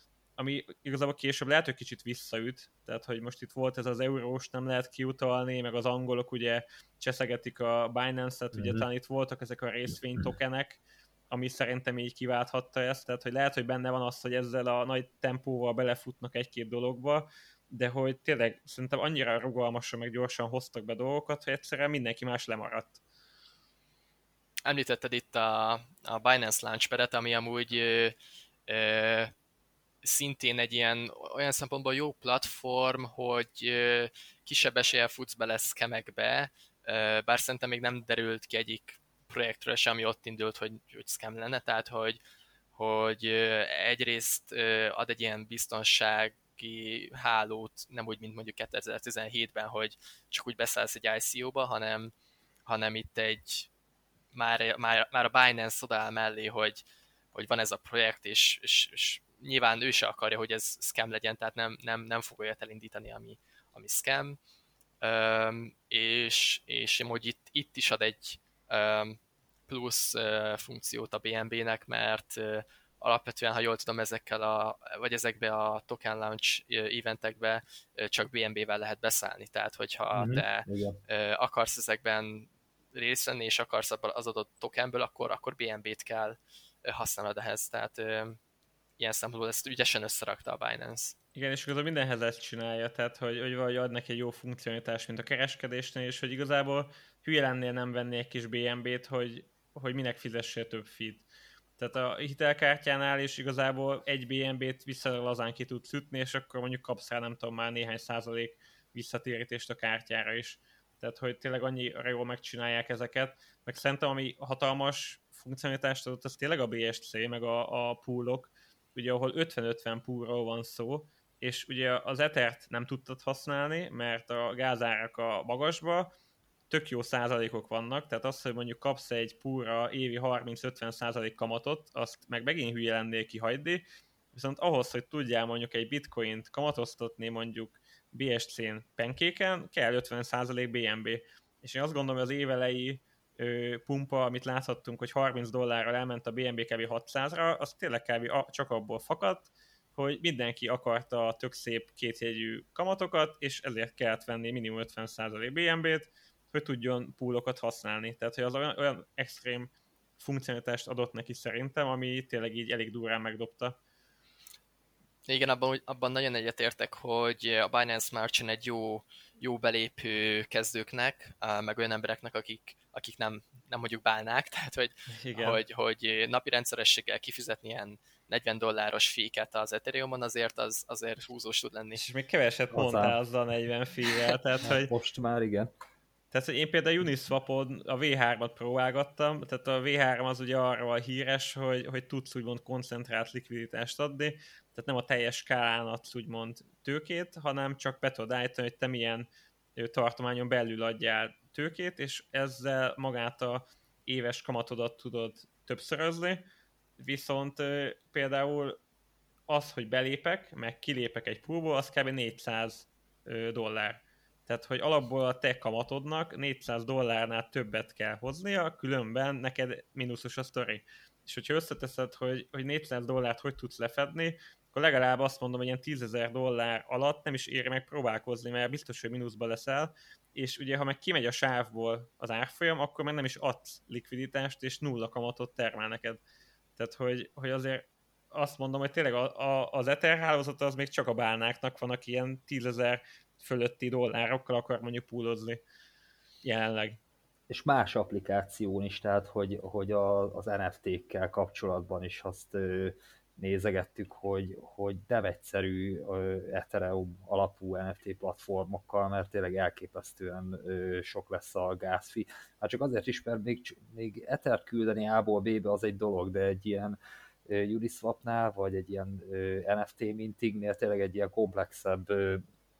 ami igazából később lehet, hogy kicsit visszaüt, tehát hogy most itt volt ez az eurós, nem lehet kiutalni, meg az angolok ugye cseszegetik a Binance-et, mm-hmm. ugye talán itt voltak ezek a részvénytokenek, ami szerintem így kiválthatta ezt, tehát hogy lehet, hogy benne van az, hogy ezzel a nagy tempóval belefutnak egy-két dologba, de hogy tényleg szerintem annyira rugalmasan meg gyorsan hoztak be dolgokat, hogy egyszerűen mindenki más lemaradt. Említetted itt a, a Binance Launchpad-et, ami amúgy ö, ö, szintén egy ilyen olyan szempontból jó platform, hogy ö, kisebb eséllyel futsz bele scamekbe, ö, bár szerintem még nem derült ki egyik projektről sem, ami ott indult, hogy, hogy scam lenne, tehát hogy, hogy ö, egyrészt ö, ad egy ilyen biztonsági hálót, nem úgy, mint mondjuk kétezer-tizenhétben, hogy csak úgy beszállsz egy I C O-ba, hanem, hanem itt egy Már, már, már a Binance odaáll mellé, hogy, hogy van ez a projekt, és, és, és nyilván ő se akarja, hogy ez scam legyen, tehát nem, nem, nem fog olyat elindítani, ami, ami scam. Um, és, és hogy itt, itt is ad egy um, plusz uh, funkciót a bé en bé-nek, mert uh, alapvetően, ha jól tudom, ezekkel a, vagy ezekbe a token launch eventekbe uh, csak bé en bé-vel lehet beszállni, tehát hogyha mm-hmm. te uh, akarsz ezekben részt venni, és akarsz az adott tokenből, akkor, akkor bé en bé-t kell használnod ehhez, tehát ö, ilyen szempontból ezt ügyesen összerakta a Binance. Igen, és igazából mindenhez ezt csinálja, tehát hogy, hogy valahogy ad neki egy jó funkcionalitást, mint a kereskedésnél, és hogy igazából hülye lennél nem venni egy kis bé en bé-t, hogy, hogy minek fizessél több feed. Tehát a hitelkártyánál is igazából egy bé en bé-t visszalazán ki tudsz ütni, és akkor mondjuk kapsz rá nem tudom már néhány százalék visszatérítést a kártyára is. Tehát, hogy tényleg annyira jól megcsinálják ezeket, meg szerintem ami hatalmas funkcionalitást adott, az tényleg a bé es cé, meg a, a poolok, ugye ahol ötven-ötven poolról van szó, és ugye az Ethert nem tudtad használni, mert a gázárak a magasba, tök jó százalékok vannak, tehát az, hogy mondjuk kapsz egy poolra évi harminc-ötven százalék kamatot, azt meg megint hülye lennél kihagyni, viszont ahhoz, hogy tudjál mondjuk egy bitcoint kamatoztatni mondjuk bé es cén penkéken, kell ötven százalék bé en bé. És én azt gondolom, hogy az évelei ö, pumpa, amit láthattunk, hogy harminc dollárral elment a bé en bé kb. hatszázra, az tényleg kb. Csak abból fakadt, hogy mindenki akarta a tök szép kétjegyű kamatokat, és ezért kellett venni minimum ötven százalék bé en bé-t, hogy tudjon poolokat használni. Tehát, hogy az olyan, olyan extrém funkcionalitást adott neki szerintem, ami tényleg így elég durán megdobta. Igen, abban, abban nagyon egyetértek, hogy a Binance Smart Chain egy jó, jó belépő kezdőknek, meg olyan embereknek, akik, akik nem, nem mondjuk bálnák, tehát hogy, hogy, hogy napi rendszerességgel kifizetni ilyen negyven dolláros féket az Ethereumon, azért az azért húzós tud lenni. És még keveset mondtál azzal a negyven fével, tehát hogy... Most már igen. Tehát, hogy én például Uniswapon a vé hármat próbálgattam, tehát a vé három az ugye arról híres, hogy, hogy tudsz úgymond koncentrált likviditást adni, tehát nem a teljes skálán adsz úgymond tőkét, hanem csak be tudod állítani, hogy te milyen tartományon belül adjál tőkét, és ezzel magát a éves kamatodat tudod többszörözni, viszont például az, hogy belépek, meg kilépek egy poolból, az kb. négyszáz dollár. Tehát, hogy alapból a te kamatodnak négyszáz dollárnál többet kell hoznia, különben neked mínuszos a sztori. És hogyha összeteszed, hogy, hogy négyszáz dollárt hogy tudsz lefedni, akkor legalább azt mondom, hogy ilyen tízezer dollár alatt nem is éri meg próbálkozni, mert biztos, hogy mínuszba leszel, és ugye ha meg kimegy a sávból az árfolyam, akkor meg nem is adsz likviditást, és nulla kamatot termel neked. Tehát, hogy, hogy azért azt mondom, hogy tényleg a, a, az Ether hálózata az még csak a bálnáknak vannak ilyen tízezer fölötti dollárokkal akar mondjuk púlozni jelenleg. És más applikáción is, tehát hogy, hogy a, az en ef té-kkel kapcsolatban is azt ö, nézegettük, hogy, hogy nem egyszerű ö, Ethereum alapú en ef té platformokkal, mert tényleg elképesztően ö, sok lesz a gázfi. Hát csak azért is, mert még, még Ether küldeni A-ból B-be az egy dolog, de egy ilyen ö, Uniswapnál, vagy egy ilyen ö, en ef té mintingnél tényleg egy ilyen komplexebb ö,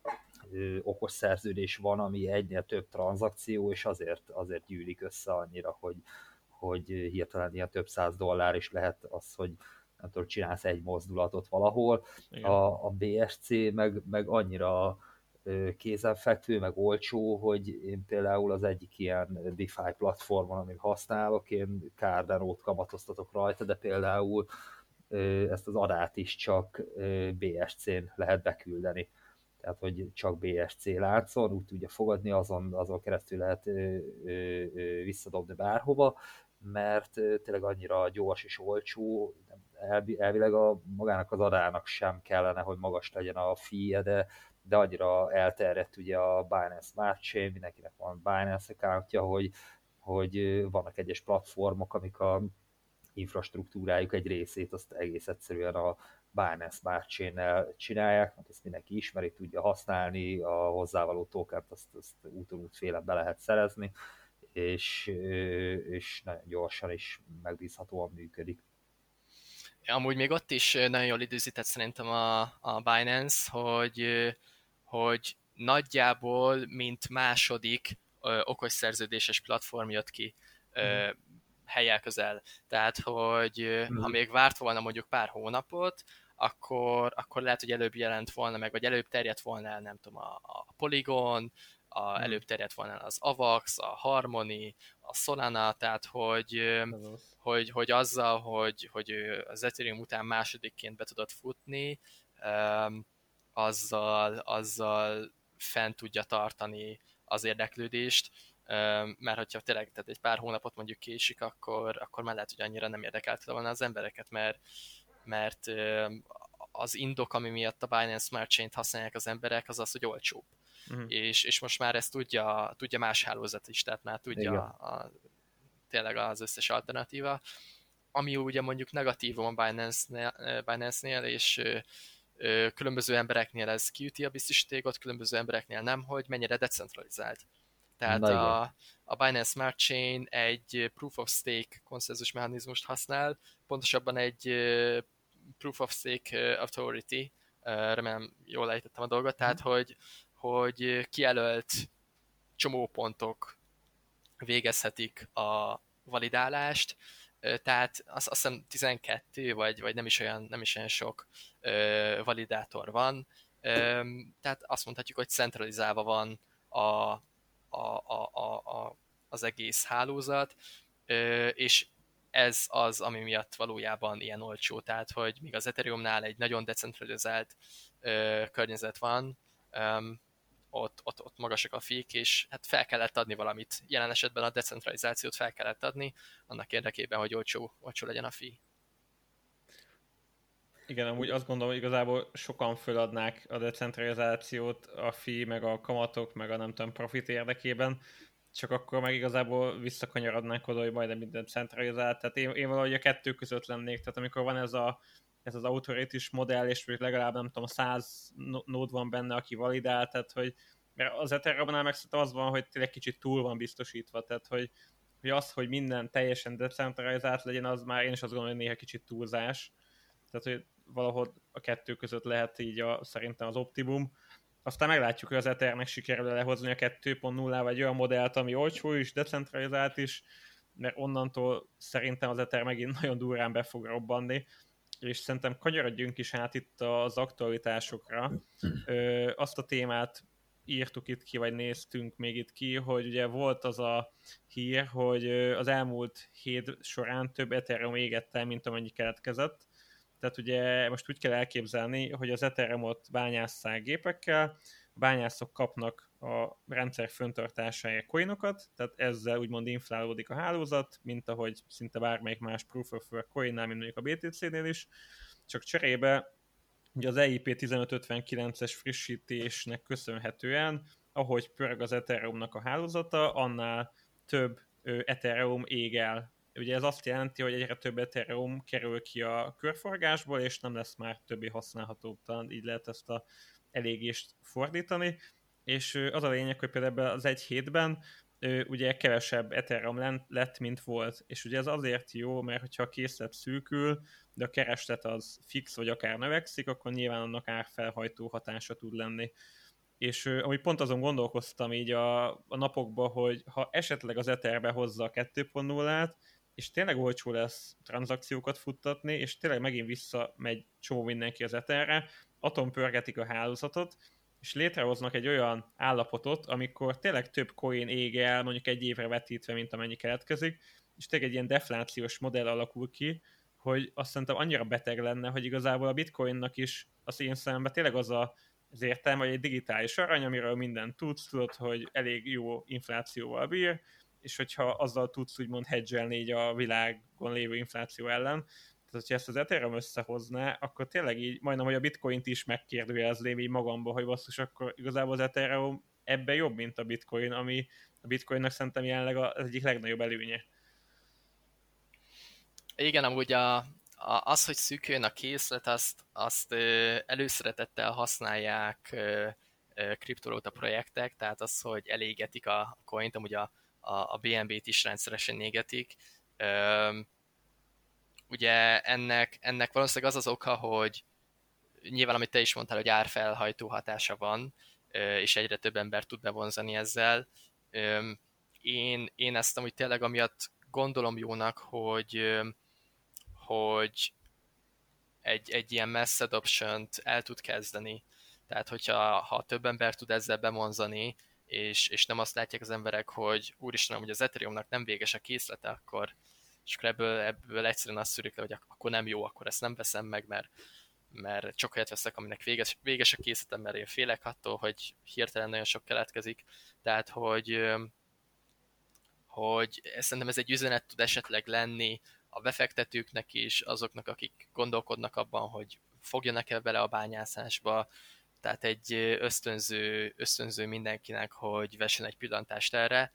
okos szerződés van, ami egynél több tranzakció, és azért, azért gyűlik össze annyira, hogy, hogy hirtelen ilyen több száz dollár is lehet az, hogy nem tudom, csinálsz egy mozdulatot valahol. A, a bé es cé meg, meg annyira kézenfekvő, meg olcsó, hogy én például az egyik ilyen DeFi platformon, amit használok, én Cardano-t kamatoztatok rajta, de például ezt az adát is csak bé es cén lehet beküldeni. Tehát, hogy csak bé es cé láncon, úgy tudja fogadni, azon, azon keresztül lehet ö, ö, ö, visszadobni bárhova, mert ö, tényleg annyira gyors és olcsó, elvileg a, magának az adának sem kellene, hogy magas legyen a fee, de de annyira elterjedt ugye a Binance Smart Chain, mindenkinek van Binance accountja, hogy, hogy vannak egyes platformok, amik a infrastruktúrájuk egy részét azt egész egyszerűen a Binance Smart Chain-nel csinálják, mert ezt mindenki ismeri, tudja használni, a hozzávaló tokent azt, azt úton útféle be lehet szerezni, és, és nagyon gyorsan és megbízhatóan működik. Amúgy még ott is nagyon jól időzített szerintem a, a Binance, hogy, hogy nagyjából mint második ö, okos szerződéses platform jött ki ö, helyel közel. Tehát, hogy mm. ha még várt volna mondjuk pár hónapot, akkor, akkor lehet, hogy előbb jelent volna meg, vagy előbb terjedt volna el, nem tudom, a, a Polygon, a, mm. előbb terjedt volna el az Avax, a Harmony, a Solana, tehát, hogy, hogy, hogy azzal, hogy, hogy az Ethereum után másodikként be tudott futni, um, azzal, azzal fent tudja tartani az érdeklődést, mert hogyha tényleg tehát egy pár hónapot mondjuk késik, akkor, akkor már lehet, hogy annyira nem érdekelte volna az embereket, mert, mert az indok, ami miatt a Binance Smart Chain-t használják az emberek, az az, hogy olcsóbb. Uh-huh. És, és most már ezt tudja, tudja más hálózat is, tehát már tudja a, tényleg az összes alternatíva. Ami ugye mondjuk negatívum a Binance-nél, Binance-nél és ö, különböző embereknél ez kiüti a biztosítékot, különböző embereknél nem, hogy mennyire decentralizált. Tehát a, a Binance Smart Chain egy Proof of Stake konszenzus mechanizmust használ, pontosabban egy Proof of Stake Authority, remélem jól ejtettem a dolgot, tehát hogy, hogy kijelölt csomópontok végezhetik a validálást, tehát azt, azt hiszem tizenkettő, vagy, vagy nem, is olyan, nem is olyan sok validátor van, tehát azt mondhatjuk, hogy centralizálva van a A, a, a, a, az egész hálózat, és ez az, ami miatt valójában ilyen olcsó, tehát hogy míg az Ethereumnál egy nagyon decentralizált környezet van, ott, ott, ott magasak a fík, és hát fel kellett adni valamit. Jelen esetben a decentralizációt fel kellett adni, annak érdekében, hogy olcsó, olcsó legyen a fee. Igen, amúgy azt gondolom, hogy igazából sokan föladnák a decentralizációt, a fee, meg a kamatok, meg a nem tudom, profit érdekében, csak akkor meg igazából visszakanyarodnánk oda, hogy majdnem minden centralizált. Tehát én, én valahogy a kettő között lennék, tehát amikor van ez, a, ez az autoritis modell, és legalább nem tudom, száz nód van benne, aki validál, tehát hogy mert az Ethereumnál meg szerintem az van, hogy tényleg kicsit túl van biztosítva, tehát hogy, hogy az, hogy minden teljesen decentralizált legyen, az már én is azt gondolom, hogy néha kicsit túlzás. Tehát, hogy valahol a kettő között lehet így a, szerintem az optimum. Aztán meglátjuk, hogy az Ethernek sikerül lehozni a kettő pont null vagy olyan modellt, ami olcsó is, decentralizált is, mert onnantól szerintem az Ether megint nagyon durrán be fog robbanni, és szerintem kanyarodjunk is át itt az aktualitásokra. Ö, azt a témát írtuk itt ki, vagy néztünk még itt ki, hogy ugye volt az a hír, hogy az elmúlt hét során több Ethereum égett el, mint amennyi keletkezett. Tehát ugye most úgy kell elképzelni, hogy az Ethereumot bányásszák gépekkel, a bányászok kapnak a rendszer föntartásáért coinokat, tehát ezzel úgymond inflálódik a hálózat, mint ahogy szinte bármelyik más Proof of Work coinnál, mint mondjuk a bé té cé-nél is, csak cserébe ugye az E I P tizenöt ötvenkilences frissítésnek köszönhetően, ahogy pörög az Ethereumnak a hálózata, annál több Ethereum ég el. Ugye ez azt jelenti, hogy egyre több Ethereum kerül ki a körforgásból, és nem lesz már többé használható, talán így lehet ezt a elégést fordítani. És az a lényeg, hogy például az egy hétben ugye kevesebb Ethereum lett, mint volt. És ugye ez azért jó, mert hogyha a készlet szűkül, de a kereslet az fix, vagy akár növekszik, akkor nyilván annak árfelhajtó hatása tud lenni. És uh, amúgy pont azon gondolkoztam így a, a napokban, hogy ha esetleg az Ether behozza a kettő pont nullát, és tényleg olcsó lesz tranzakciókat futtatni, és tényleg megint visszamegy csomó mindenki az Etherre, atompörgetik a hálózatot, és létrehoznak egy olyan állapotot, amikor tényleg több coin ég el, mondjuk egy évre vetítve, mint amennyi keletkezik, és tényleg egy ilyen deflációs modell alakul ki, hogy azt szerintem annyira beteg lenne, hogy igazából a bitcoinnak is az én szememben tényleg az a, az értelme, hogy egy digitális arany, amiről mindent tudsz, tudod, hogy elég jó inflációval bír, és hogyha azzal tudsz úgymond hedgelni így a világon lévő infláció ellen. Tehát Tehát, hogyha ezt az Ethereum összehozná, akkor tényleg így majdnem, hogy a Bitcoint is megkérdőjelezném így magamba, hogy basszus, akkor igazából az Ethereum ebben jobb, mint a Bitcoin, ami a Bitcoinnak szerintem jelenleg az egyik legnagyobb előnye. Igen, amúgy a, a, az, hogy szűkjön a készlet, azt, azt ö, előszeretettel használják ö, ö, kriptovaluta projektek, tehát az, hogy elégetik a coint, amúgy a, a, a bé en bé-t is rendszeresen égetik. Ö, ugye ennek, ennek valószínűleg az az oka, hogy nyilván, amit te is mondtál, hogy árfelhajtó hatása van, ö, és egyre több ember tud bevonzani ezzel. Ö, én, én ezt amúgy tényleg amiatt gondolom jónak, hogy hogy egy, egy ilyen mass adoption-t el tud kezdeni. Tehát, hogyha ha több ember tud ezzel bevonzani, és, és nem azt látják az emberek, hogy úristen, hogy az Ethereumnak nem véges a készlete, akkor, és akkor ebből, ebből egyszerűen azt szűrik le, hogy akkor nem jó, akkor ezt nem veszem meg, mert, mert csak olyat veszek, aminek véges, véges a készletem, mert én félek attól, hogy hirtelen nagyon sok keletkezik. Tehát, hogy, hogy szerintem ez egy üzenet tud esetleg lenni a befektetőknek is, azoknak, akik gondolkodnak abban, hogy fogjanak-e bele a bányászásba, tehát egy ösztönző, ösztönző mindenkinek, hogy vessen egy pillantást erre.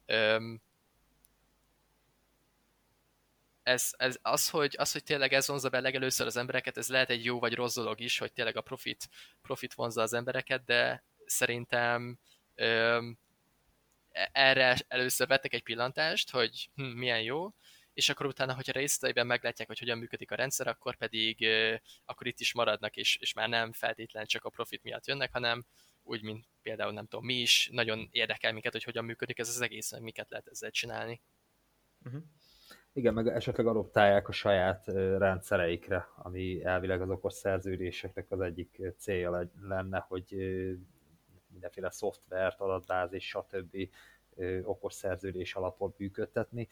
Ez, ez az, hogy, az, hogy tényleg ez vonzza be legelőször az embereket, ez lehet egy jó vagy rossz dolog is, hogy tényleg a profit, profit vonzza az embereket, de szerintem öm, erre először vettek egy pillantást, hogy hm, milyen jó, és akkor utána, hogyha részleteiben meglátják, hogy hogyan működik a rendszer, akkor pedig akkor itt is maradnak, és, és már nem feltétlen csak a profit miatt jönnek, hanem úgy, mint például nem tudom, mi is, nagyon érdekel minket, hogy hogyan működik ez az egész, hogy miket lehet ezzel csinálni. Uh-huh. Igen, meg esetleg adoptálják a saját rendszereikre, ami elvileg az okos szerződéseknek az egyik célja lenne, hogy mindenféle szoftvert, adatbázis, stb. Okos szerződés alapon működtetni,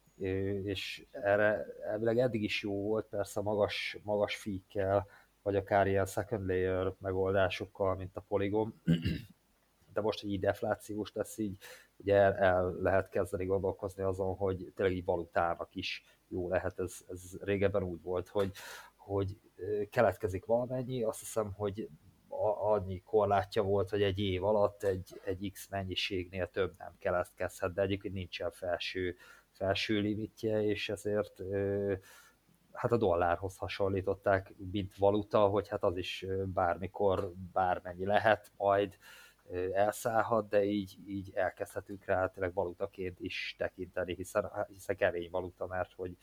és erre elvileg eddig is jó volt, persze magas, magas fee-kkel, vagy akár ilyen second layer megoldásokkal, mint a Polygon, de most, hogy így deflációs lesz, így ugye el, el lehet kezdeni gondolkozni azon, hogy tényleg így valutának is jó lehet. Ez, ez régebben úgy volt, hogy, hogy keletkezik valamennyi, azt hiszem, hogy annyi korlátja volt, hogy egy év alatt egy, egy X mennyiségnél több nem keletkezhet, de egyébként nincsen felső, felső limitje, és ezért hát a dollárhoz hasonlították, mint valuta, hogy hát az is bármikor, bármennyi lehet, majd elszállhat, de így, így elkezdhetünk rá tényleg valutaként is tekinteni, hiszen, hiszen kemény valuta, mert hogy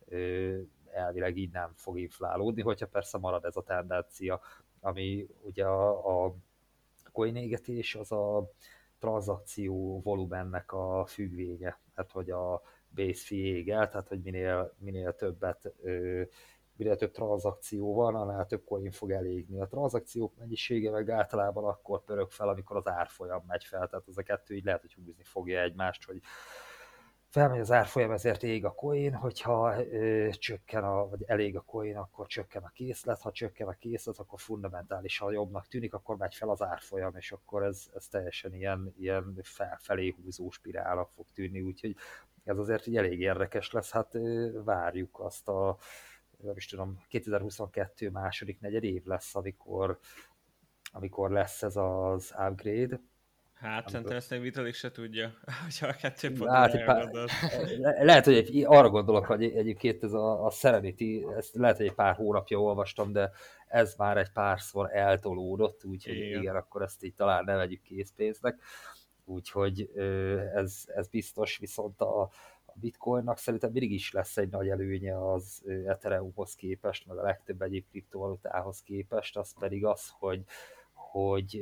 elvileg így nem fog inflálódni, hogyha persze marad ez a tendencia, ami ugye a, a coinégetés az a tranzakció volumennek a függvénye, tehát hogy a base fee égel, tehát hogy minél, minél többet minél több tranzakció van, annál több coin fog elégni. A tranzakciók mennyisége meg általában akkor pörög fel, amikor az árfolyam megy fel, tehát ez a kettő így lehet, hogy húzni fogja egymást, hogy felmegy az árfolyam, ezért ég a coin, hogyha ö, csökken a, vagy elég a coin, akkor csökken a készlet, ha csökken a készlet, akkor fundamentálisan jobbnak tűnik, akkor megy fel az árfolyam, és akkor ez, ez teljesen ilyen, ilyen felfelé húzó spirálnak fog tűnni, úgyhogy ez azért így elég érdekes lesz, hát ö, várjuk azt a, nem is tudom, kétezer-huszonkettő második negyed év lesz, amikor, amikor lesz ez az upgrade. Hát, szerintem ezt még Vitalik se tudja, hogyha a kettő hát, pár, le, lehet, hogy egy, arra gondolok, hogy egyébként ez a, a Serenity, ezt lehet, hogy egy pár hónapja olvastam, de ez már egy párszor eltolódott, úgyhogy igen. igen, akkor ezt így talán ne vegyük készpénznek. Úgyhogy ez, ez biztos, viszont a, a Bitcoinnak szerintem mindig is lesz egy nagy előnye az Ethereumhoz képest, meg a legtöbb egyéb kriptovalutához képest, az pedig az, hogy, hogy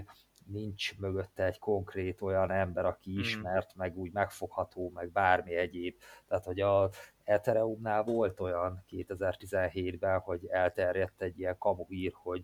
nincs mögötte egy konkrét olyan ember, aki ismert, mm. meg úgy megfogható, meg bármi egyéb. Tehát, hogy az Ethereumnál volt olyan kétezer-tizenhétben, hogy elterjedt egy ilyen kamuhír, hogy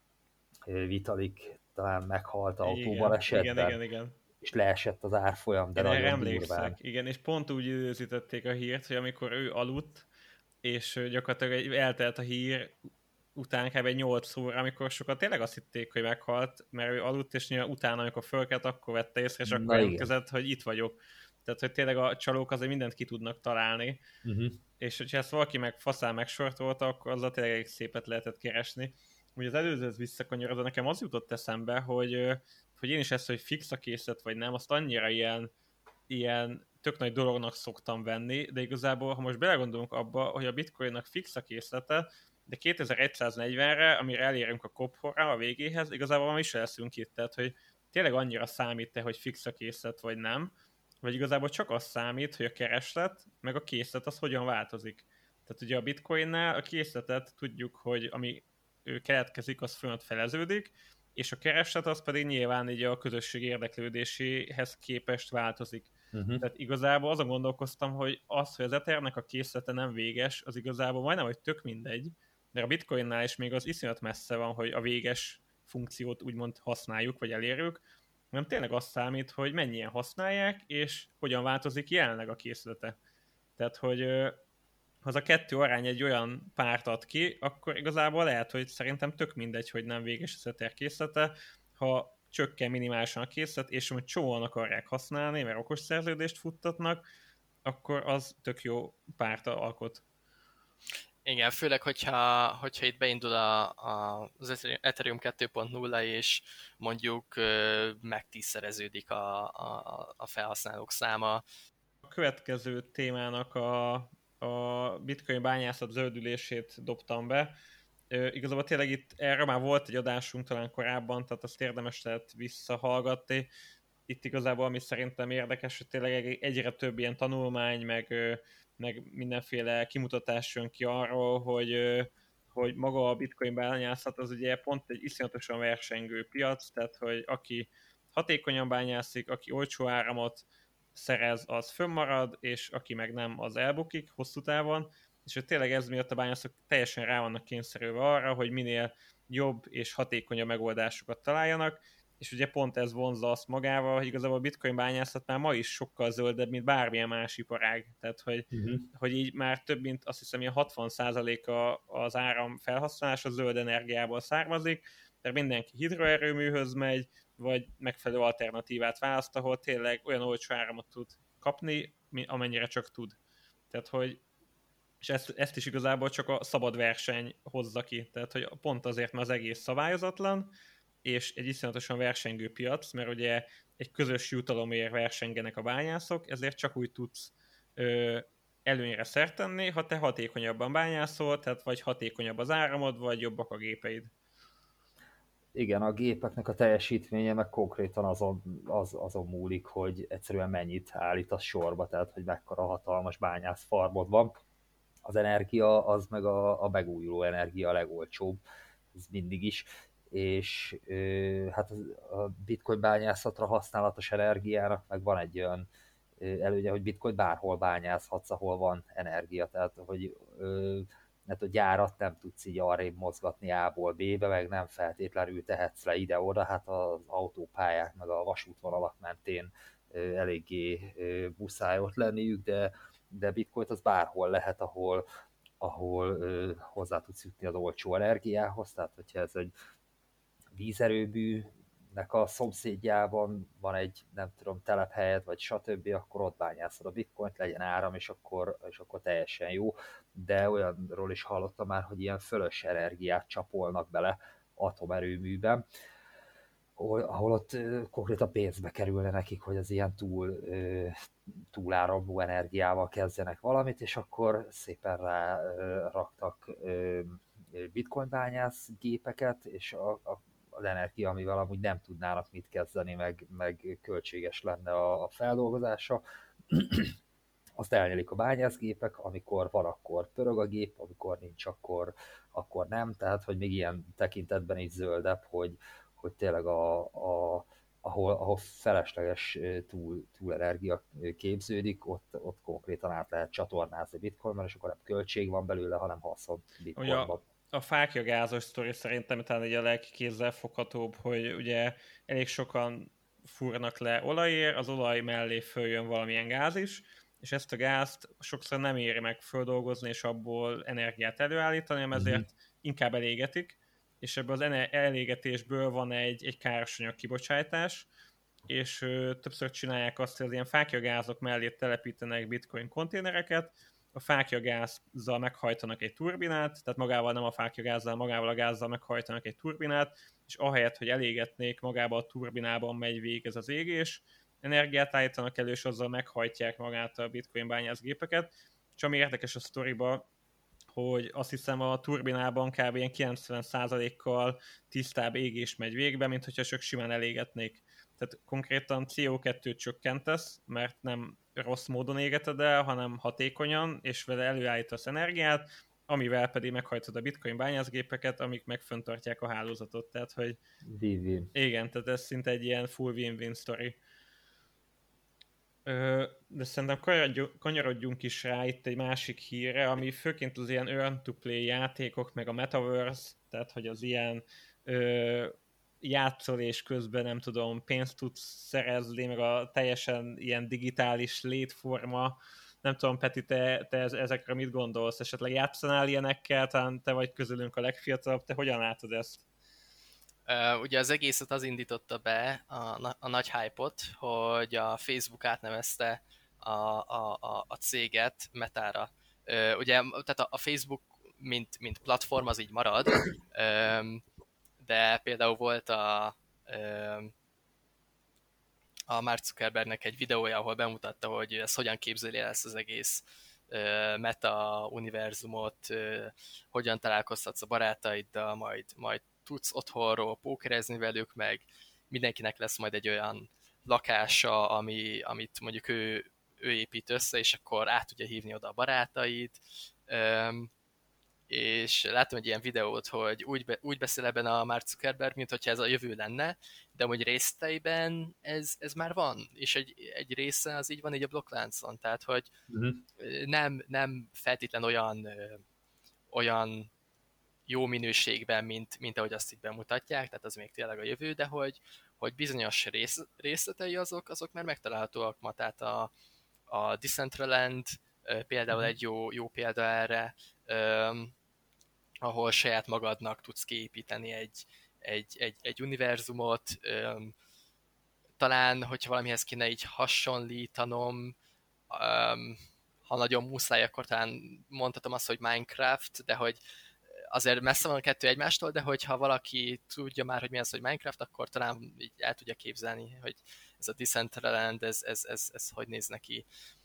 Vitalik talán meghalt autóbalesetben. Igen, igen, igen. És leesett az árfolyam, de én nagyon durván. Igen, és pont úgy időzítették a hírt, hogy amikor ő aludt, és gyakorlatilag eltelt a hír után kb. nyolc óra, amikor sokan tényleg azt hitték, hogy meghalt, mert ő aludt, és nyilván utána, amikor fölkelt, akkor vette észre, és akkor jelentkezett, hogy itt vagyok. Tehát, hogy tényleg a csalók azért mindent ki tudnak találni. Uh-huh. és hogyha ezt valaki meg faszán megsortolta, akkor azzal tényleg elég szépet lehetett keresni. Ugye az előzőhöz visszakanyarodva, nekem az jutott eszembe, hogy, hogy én is ezt, hogy fix a készlet vagy nem, azt annyira ilyen, ilyen tök nagy dolognak szoktam venni, de igazából, ha most belegondolunk abba, hogy a bitcoinnak fix a készlete, de kétezer-száznegyvenre, amire elérünk a kophorra a végéhez, igazából mi is leszünk itt, tehát hogy tényleg annyira számít-e, hogy fix a készlet vagy nem, vagy igazából csak az számít, hogy a kereslet, meg a készlet az hogyan változik. Tehát ugye a bitcoinnál a készletet tudjuk, hogy ami keletkezik, az folyamat feleződik, és a kereslet az pedig nyilván így a közösség érdeklődéséhez képest változik. Uh-huh. Tehát igazából azon gondolkoztam, hogy az, hogy az Ethernek a készlete nem véges, az igazából majdnem, hogy tök mindegy, de a bitcoinnál is még az iszonyat messze van, hogy a véges funkciót úgymond használjuk, vagy elérjük, hanem tényleg azt számít, hogy mennyien használják, és hogyan változik jelenleg a készlete. Tehát, hogy ha az a kettő arány egy olyan párt ad ki, akkor igazából lehet, hogy szerintem tök mindegy, hogy nem véges az Ether készlete, ha csökken minimálisan a készlet, és hogy csóan akarják használni, mert okos szerződést futtatnak, akkor az tök jó párt alkot. Igen, főleg, hogyha, hogyha itt beindul a, a, az Ethereum kettő pont nulla, és mondjuk megtízszereződik a, a, a felhasználók száma. A következő témának a, a bitcoin bányászat zöldülését dobtam be. E, igazából tényleg itt erre már volt egy adásunk talán korábban, tehát azt érdemes lehet visszahallgatni. Itt igazából ami szerintem érdekes, hogy tényleg egyre több ilyen tanulmány, meg meg mindenféle kimutatás jön ki arról, hogy, hogy maga a bitcoin bányászat az ugye pont egy iszonyatosan versengő piac, tehát hogy aki hatékonyan bányászik, aki olcsó áramot szerez, az fönnmarad, és aki meg nem, az elbukik hosszú távon, és hogy tényleg ez miatt a bányászok teljesen rá vannak kényszerülve arra, hogy minél jobb és hatékonyabb megoldásokat találjanak, és ugye pont ez vonzza azt magával, hogy igazából a bitcoin bányászat már ma is sokkal zöldebb, mint bármilyen más iparág. Tehát, hogy, uh-huh. hogy így már több mint azt hiszem, ilyen hatvan százaléka az áram felhasználása zöld energiából származik, tehát mindenki hidroerőműhöz megy, vagy megfelelő alternatívát választ, ahol tényleg olyan olcsó áramot tud kapni, amennyire csak tud. Tehát, hogy és ezt, ezt is igazából csak a szabad verseny hozza ki. Tehát, hogy pont azért, mert az egész szabályozatlan, és egy iszonyatosan versengő piac, mert ugye egy közös jutalomért versengenek a bányászok, ezért csak úgy tudsz ö, előnyre szert tenni, ha te hatékonyabban bányászol, tehát vagy hatékonyabb az áramod, vagy jobbak a gépeid. Igen, a gépeknek a teljesítménye meg konkrétan azon, az, azon múlik, hogy egyszerűen mennyit állítasz sorba, tehát hogy mekkora hatalmas bányászfarmod van. Az energia, az meg a, a megújuló energia a legolcsóbb, ez mindig is, és hát a bitcoin bányászatra használatos energiának meg van egy olyan előnye, hogy bitcoin bárhol bányászhatsz, ahol van energia, tehát hogy hát a gyárat nem tudsz így arrébb mozgatni A-ból B-be, meg nem feltétlenül tehetsz le ide-oda, hát az autópályák meg a vasútvonalak mentén eléggé muszáj ott lenniük, de, de bitcoint az bárhol lehet, ahol, ahol hozzá tudsz jutni az olcsó energiához, tehát hogyha ez egy vízerőműnek a szomszédjában van egy, nem tudom, telephelyed, vagy stb., akkor ott bányászod a bitcoint, legyen áram, és akkor, és akkor teljesen jó. De olyanról is hallottam már, hogy ilyen fölös energiát csapolnak bele atomerőműben, ahol, ahol ott konkrétan pénzbe kerülne nekik, hogy az ilyen túl, túláramló energiával kezdjenek valamit, és akkor szépen rá raktak bitcoin bányász gépeket, és a, a az energia, amivel amúgy nem tudnának mit kezdeni, meg, meg költséges lenne a, a feldolgozása. Azt elnyelik a bányászgépek, amikor van, akkor pörög a gép, amikor nincs, akkor, akkor nem. Tehát, hogy még ilyen tekintetben is zöldebb, hogy, hogy tényleg a, a, ahol, ahol felesleges túl, túlenergia képződik, ott, ott konkrétan át lehet csatornázni bitcoinban, és akkor nem költség van belőle, hanem haszon bitcoinban. A fákjagázos sztori szerintem talán egy a legkézzelfoghatóbb, hogy ugye elég sokan fúrnak le olajért, az olaj mellé följön valamilyen gáz is, és ezt a gázt sokszor nem éri meg földolgozni, és abból energiát előállítani, hanem ezért mm-hmm. inkább elégetik, és ebből az elégetésből van egy, egy károsanyag kibocsátás, és ö, többször csinálják azt, hogy az ilyen fákjagázok mellé telepítenek bitcoin konténereket, a fákjagázzal meghajtanak egy turbinát, tehát magával nem a fákjagázzal, magával a gázzal meghajtanak egy turbinát, és ahelyett, hogy elégetnék, magába a turbinában megy végig ez az égés, energiát állítanak elő, és azzal meghajtják magát a bitcoin bányászgépeket. És ami érdekes a sztoriba, hogy azt hiszem a turbinában kb. Ilyen kilencven százalékkal tisztább égés megy végbe, mint hogyha csak simán elégetnék. Tehát konkrétan cé o kettőt csökkentesz, mert nem rossz módon égeted el, hanem hatékonyan, és vele előállítasz energiát, amivel pedig meghajtod a bitcoin bányászgépeket, amik megfenntartják a hálózatot. Tehát, hogy Win-win. igen, tehát ez szinte egy ilyen full win-win story. De szerintem kanyarodjunk is rá itt egy másik hírre, ami főként az ilyen earn-to-play játékok, meg a metaverse, tehát hogy az ilyen ö, játszolés közben nem tudom, pénzt tudsz szerezni, meg a teljesen ilyen digitális létforma. Nem tudom, Peti, te, te ezekre mit gondolsz? Esetleg játszanál ilyenekkel? Talán te vagy közülünk a legfiatalabb, te hogyan látod ezt? Uh, ugye az egészet az indította be a, a nagy hype-ot, hogy a Facebook átnevezte a, a, a, a céget Metára. Uh, ugye, tehát a, a Facebook mint, mint platform az így marad, um, de például volt a, um, a Mark Zuckerbergnek egy videója, ahol bemutatta, hogy ez hogyan képzeli el ezt az egész uh, Meta univerzumot, uh, hogyan találkozhatsz a barátaiddal, majd, majd tudsz otthonról pókerezni velük, meg mindenkinek lesz majd egy olyan lakása, ami, amit mondjuk ő, ő épít össze, és akkor át tudja hívni oda a barátait. Um, és látom egy ilyen videót, hogy úgy, be, úgy beszél ebben a Mark Zuckerberg, mint hogyha ez a jövő lenne, de amúgy részteiben ez, ez már van, és egy, egy része az így van így a blokkláncon, tehát hogy uh-huh. nem, nem feltétlen olyan, ö, olyan jó minőségben, mint, mint ahogy azt így bemutatják, tehát az még tényleg a jövő, de hogy, hogy bizonyos rész, részletei azok, azok már megtalálhatóak ma, tehát a, a Decentraland például egy jó, jó példa erre, um, ahol saját magadnak tudsz kiépíteni egy, egy, egy, egy univerzumot, um, talán, hogyha valamihez kéne így hasonlítanom, um, ha nagyon muszáj, akkor talán mondhatom azt, hogy Minecraft, de hogy azért messze van a kettő egymástól, de hogyha valaki tudja már, hogy mi az, hogy Minecraft, akkor talán így el tudja képzelni, hogy ez a Decentraland, ez, ez, ez, ez hogy néz neki.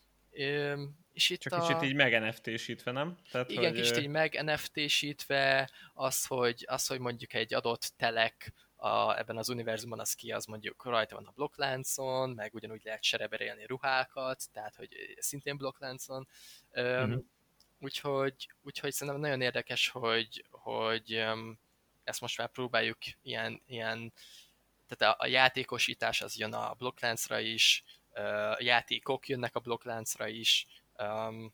És itt Csak a... kicsit így meg en ef té-sítve, nem? Tehát, igen, hogy... kicsit így meg en ef té-sítve, az, hogy, az, hogy mondjuk egy adott telek a, ebben az univerzumban az ki, az mondjuk rajta van a blokkláncon, meg ugyanúgy lehet csereberélni ruhákat, tehát hogy szintén blokkláncon. Uh-huh. Úgyhogy, úgyhogy szerintem nagyon érdekes, hogy, hogy um, ezt most már próbáljuk ilyen, ilyen tehát a, a játékosítás az jön a blokkláncra is, uh, játékok jönnek a blokkláncra is. Um,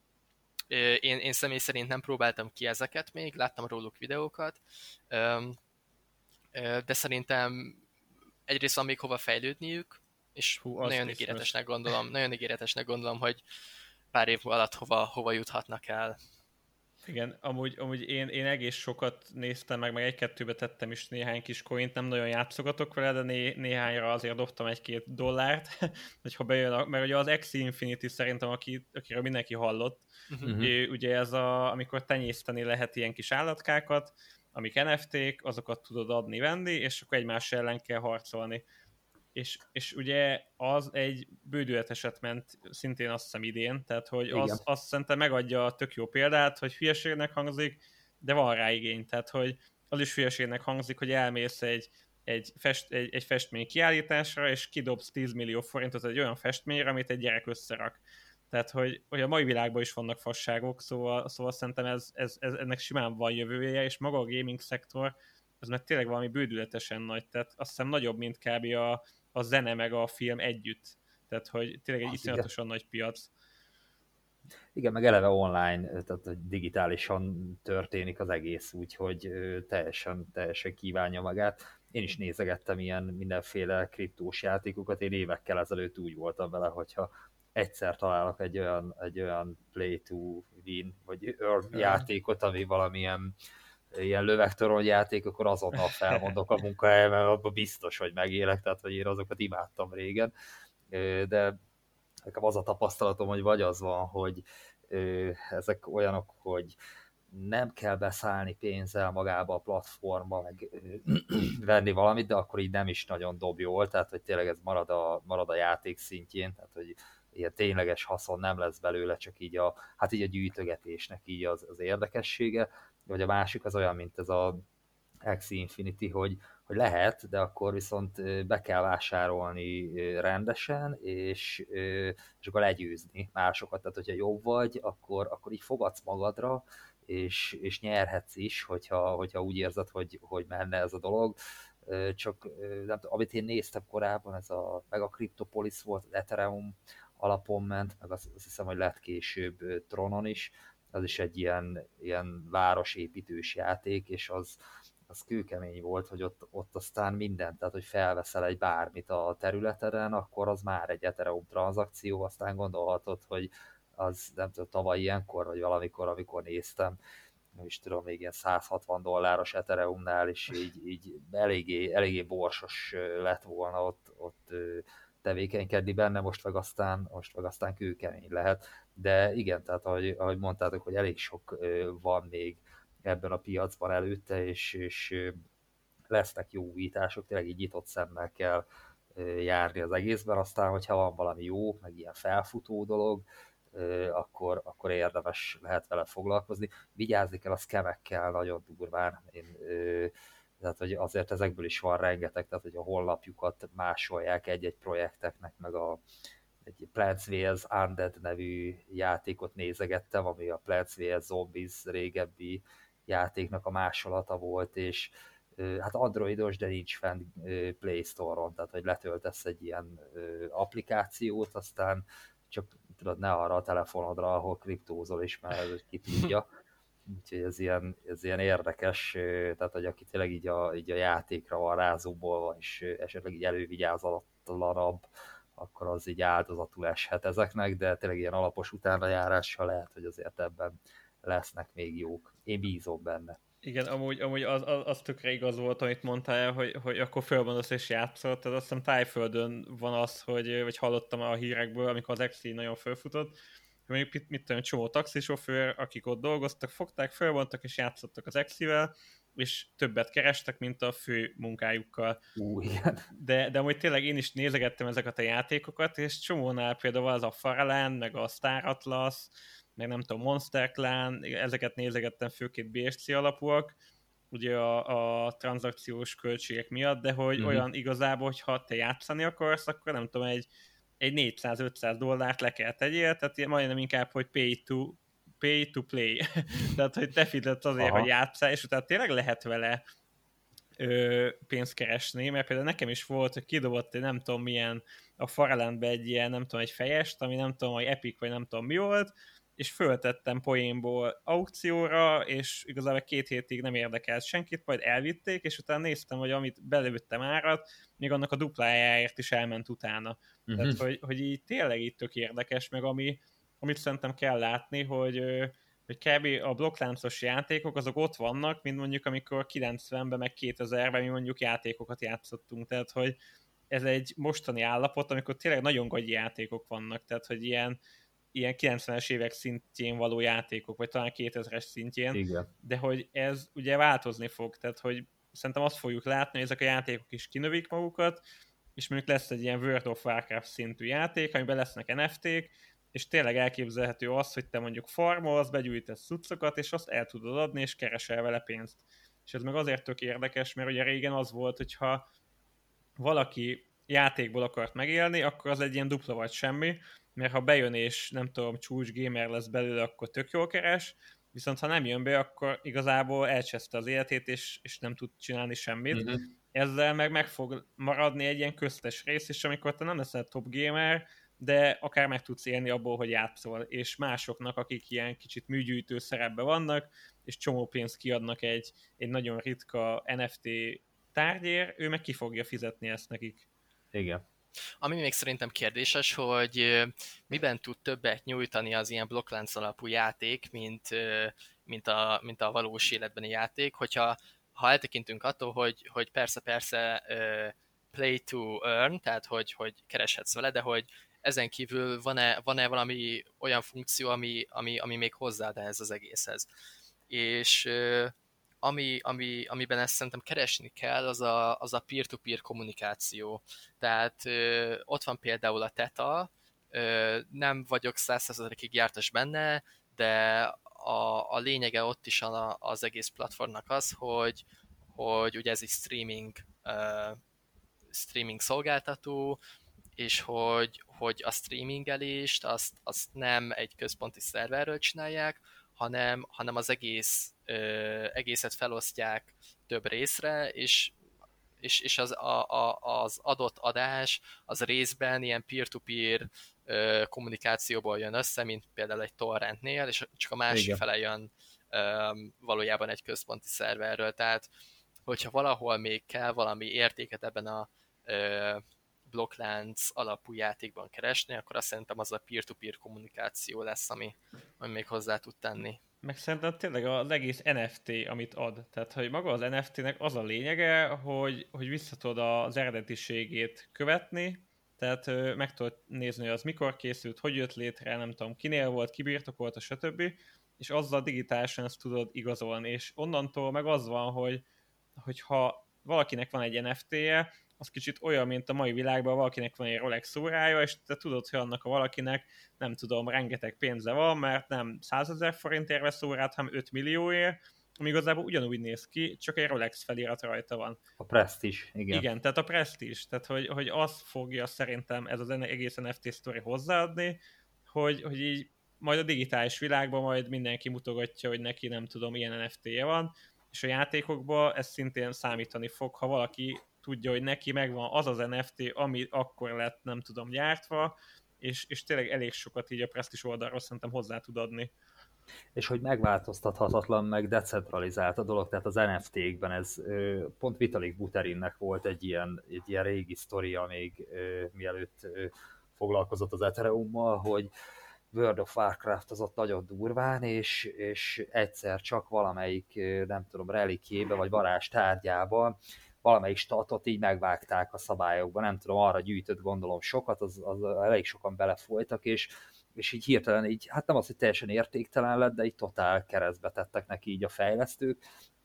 én, én személy szerint nem próbáltam ki ezeket még, láttam róluk videókat, um, de szerintem egyrészt van még hova fejlődniük, és Hú, nagyon ígéretesnek gondolom, nagyon ígéretesnek gondolom, hogy pár év alatt hova, hova juthatnak el. Igen, amúgy, amúgy én, én egész sokat néztem meg, meg egy-kettőbe tettem is néhány kis coint, nem nagyon játszogatok vele, de né, néhányra azért dobtam egy-két dollárt, hogyha bejön, a, mert ugye az Axie Infinity szerintem, aki, akiről mindenki hallott, uh-huh. ő, ugye ez a, amikor tenyészteni lehet ilyen kis állatkákat, amik en ef té-k, azokat tudod adni, venni, és akkor egymás ellen kell harcolni. És, és ugye az egy bődületeset ment szintén azt hiszem idén, tehát hogy az, azt szerintem megadja a tök jó példát, hogy hülyeségnek hangzik, de van rá igény, tehát hogy az is hülyeségnek hangzik, hogy elmész egy, egy, fest, egy, egy festmény kiállításra, és kidobsz tíz millió forintot egy olyan festményre, amit egy gyerek összerak. Tehát, hogy, hogy a mai világban is vannak fasságok, szóval, szóval szerintem ez, ez, ez, ennek simán van jövője, és maga a gaming szektor, az meg tényleg valami bődületesen nagy, tehát azt hiszem nagyobb, mint kb. a a zene meg a film együtt. Tehát, hogy tényleg egy iszonyatosan nagy piac. Igen, meg eleve online, tehát digitálisan történik az egész, úgyhogy teljesen, teljesen kívánja magát. Én is nézegettem ilyen mindenféle kriptós játékokat, én évekkel ezelőtt úgy voltam vele, hogyha egyszer találok egy olyan, egy olyan play to win, vagy earn ja. játékot, ami valamilyen ilyen lövegtorony játék, akkor azonnal felmondok a munkahelyemen, abban biztos, hogy megélek, tehát hogy én azokat imádtam régen. De nekem az a tapasztalatom, hogy vagy az van, hogy ezek olyanok, hogy nem kell beszállni pénzzel magába a platformba, meg venni valamit, de akkor így nem is nagyon dob jól, tehát hogy tényleg ez marad a, marad a játék szintjén, tehát hogy ilyen tényleges haszon nem lesz belőle, csak így a, hát így a gyűjtögetésnek így az, az érdekessége, vagy a másik az olyan, mint ez a Axie Infinity, hogy, hogy lehet, de akkor viszont be kell vásárolni rendesen, és, és akkor legyőzni másokat, tehát hogyha jobb vagy, akkor, akkor így fogadsz magadra, és, és nyerhetsz is, hogyha, hogyha úgy érzed, hogy, hogy menne ez a dolog. Csak nem tudom, amit én néztem korábban, ez a, meg a Cryptopolis volt, az Ethereum alapon ment, meg azt, azt hiszem, hogy lett később Tronon is, az is egy ilyen, ilyen városépítős játék, és az, az kőkemény volt, hogy ott, ott aztán mindent, tehát hogy felveszel egy bármit a területeden, akkor az már egy Ethereum tranzakció, aztán gondolhatod, hogy az nem tudom, tavaly ilyenkor, vagy valamikor, amikor néztem, nem is tudom, még ilyen száz hatvan dolláros Ethereumnál is így, így eléggé, eléggé borsos lett volna ott, ott tevékenykedni benne, most meg aztán, most meg aztán kőkemény lehet. De igen, tehát ahogy, ahogy mondtátok, hogy elég sok van még ebben a piacban előtte, és, és lesznek jó újítások, tényleg így nyitott szemmel kell járni az egészben, aztán, hogyha van valami jó, meg ilyen felfutó dolog, akkor, akkor érdemes lehet vele foglalkozni. Vigyázni kell a scamekkel nagyon durván. Én, tehát, hogy azért ezekből is van rengeteg, tehát, hogy a honlapjukat másolják egy-egy projekteknek, meg a egy Plants versus. Undead nevű játékot nézegettem, ami a Plants versus. Zombies régebbi játéknak a másolata volt, és hát androidos, de nincs fenn Play Store-on, tehát hogy letöltesz egy ilyen applikációt, aztán csak tudod, ne arra a telefonodra, ahol kriptózol is, mert ez ki tudja. Úgyhogy ez ilyen, ez ilyen érdekes, tehát hogy aki tényleg így a, így a játékra van rázóbolva, és esetleg így elővigyázatlanabb, akkor az így áldozatul eshet ezeknek, de tényleg ilyen alapos utánajárással lehet, hogy azért ebben lesznek még jók. Én bízom benne. Igen, amúgy, amúgy az, az, az tökre igaz volt, amit mondtál, hogy, hogy akkor fölmondasz és játszott, tehát azt hiszem Tájföldön van az, hogy, vagy hallottam a hírekből, amikor az Axie nagyon fölfutott, hogy mondjuk mit, mit tudom, csomó taxisofőr, akik ott dolgoztak, fogták, fölmondtak és játszottak az Axie-vel, és többet kerestek, mint a fő munkájukkal. Ú, igen. De, de amúgy tényleg én is nézegettem ezeket a játékokat, és csomónál például az a Farland, meg a Star Atlas, meg nem tudom, Monster Clan, ezeket nézegettem főként bé es cé alapúak, ugye a, a tranzakciós költségek miatt, de hogy mm-hmm. olyan igazából, hogy ha te játszani akarsz, akkor nem tudom, egy, egy négyszáz-ötszáz dollárt le kell tegyél, tehát majdnem inkább, hogy pay to, pay to play. Tehát, hogy te fizetsz azért, Aha. hogy játsszál, és utána tényleg lehet vele ö, pénzt keresni, mert például nekem is volt, hogy kidobott egy nem tudom milyen a Farlandbe egy ilyen, nem tudom, egy fejest, ami nem tudom, hogy Epic, vagy nem tudom mi volt, és föltettem poénból aukcióra, és igazából két hétig nem érdekelt senkit, majd elvitték, és utána néztem, hogy amit belőttem árat, még annak a duplájáért is elment utána. Uh-huh. Tehát, hogy, hogy így tényleg így tök érdekes, meg ami, amit szerintem kell látni, hogy, hogy kb. A blokkláncos játékok azok ott vannak, mint mondjuk amikor kilencvenben, meg kétezerben mi mondjuk játékokat játszottunk, tehát, hogy ez egy mostani állapot, amikor tényleg nagyon gagyi játékok vannak, tehát, hogy ilyen ilyen kilencvenes évek szintjén való játékok, vagy talán kétezres szintjén, Igen. De hogy ez ugye változni fog, tehát hogy szerintem azt fogjuk látni, hogy ezek a játékok is kinövik magukat, és mondjuk lesz egy ilyen World of Warcraft szintű játék, amiben lesznek en ef té-k, és tényleg elképzelhető az, hogy te mondjuk farmolsz, begyűjtesz cuccokat, és azt el tudod adni, és keresel vele pénzt. És ez meg azért tök érdekes, mert ugye régen az volt, hogyha valaki játékból akart megélni, akkor az egy ilyen dupla vagy semmi, mert ha bejön és nem tudom, csúcs gamer lesz belőle, akkor tök jól keres, viszont ha nem jön be, akkor igazából elcseszte az életét, és, és nem tud csinálni semmit. Uh-huh. Ezzel meg meg fog maradni egy ilyen köztes rész, és amikor te nem leszel top gamer, de akár meg tudsz élni abból, hogy játszol, és másoknak, akik ilyen kicsit műgyűjtő szerepben vannak, és csomó pénzt kiadnak egy, egy nagyon ritka en ef té tárgyér, ő meg ki fogja fizetni ezt nekik. Igen. Ami még szerintem kérdéses, hogy miben tud többet nyújtani az ilyen blokklánc alapú játék, mint, mint, a, mint a valós életbeni játék, hogyha ha eltekintünk attól, hogy, hogy persze-persze play to earn, tehát hogy, hogy kereshetsz vele, de hogy ezen kívül van-e, van-e valami olyan funkció, ami, ami, ami még hozzáad ehhez az egészhez. És ami, ami, amiben ezt szerintem keresni kell, az a, az a peer-to-peer kommunikáció. Tehát ott van például a Theta, nem vagyok száz százalékig jártas benne, de a, a lényege ott is a, az egész platformnak az, hogy, hogy ugye ez egy streaming, uh, streaming szolgáltató, és hogy, hogy a streamingelést azt, azt nem egy központi szerverről csinálják, hanem, hanem az egész, ö, egészet felosztják több részre, és, és, és az, a, a, az adott adás az részben ilyen peer-to-peer ö, kommunikációból jön össze, mint például egy torrentnél, és csak a másik Igen. fele jön ö, valójában egy központi szerverről. Tehát, hogyha valahol még kell valami értéket ebben a ö, blokklánc alapú játékban keresni, akkor azt szerintem az a peer-to-peer kommunikáció lesz, ami, ami még hozzá tud tenni. Meg szerintem tényleg az egész en ef té, amit ad. Tehát, hogy maga az en ef té-nek az a lényege, hogy, hogy vissza tudod az eredetiségét követni, tehát ö, meg tudod nézni, hogy az mikor készült, hogy jött létre, nem tudom, kinél volt, ki birtokolta, stb. És azzal digitálisan ezt tudod igazolni. És onnantól meg az van, hogy hogyha valakinek van egy en ef té-je, az kicsit olyan, mint a mai világban, valakinek van egy Rolex órája, és te tudod, hogy annak a valakinek, nem tudom, rengeteg pénze van, mert nem százezer forintért vesz órát, hanem öt millióért, ami igazából ugyanúgy néz ki, csak egy Rolex felirat rajta van. A Prestige, igen. Igen, tehát a Prestige, tehát hogy, hogy azt fogja szerintem ez az egész en ef té sztori hozzáadni, hogy, hogy így majd a digitális világban majd mindenki mutogatja, hogy neki nem tudom, ilyen en ef té-je van, és a játékokban ez szintén számítani fog, ha valaki tudja, hogy neki megvan az az en ef té, ami akkor lett, nem tudom, gyártva, és, és tényleg elég sokat így a Prestige oldalról szerintem hozzá tud adni. És hogy megváltoztathatatlan, meg decentralizált a dolog, tehát az en ef té-kben ez pont Vitalik Buterinnek volt egy ilyen, egy ilyen régi sztoria még mielőtt foglalkozott az Ethereummal, hogy World of Warcraft az ott nagyon durván, és, és egyszer csak valamelyik, nem tudom, relikjébe vagy varázstárgyában valamelyik statot így megvágták a szabályokba, nem tudom, arra gyűjtött gondolom sokat, az, az elég sokan belefolytak, és, és így hirtelen így, hát nem az, hogy teljesen értéktelen lett, de így totál keresztbe tettek neki így a fejlesztők,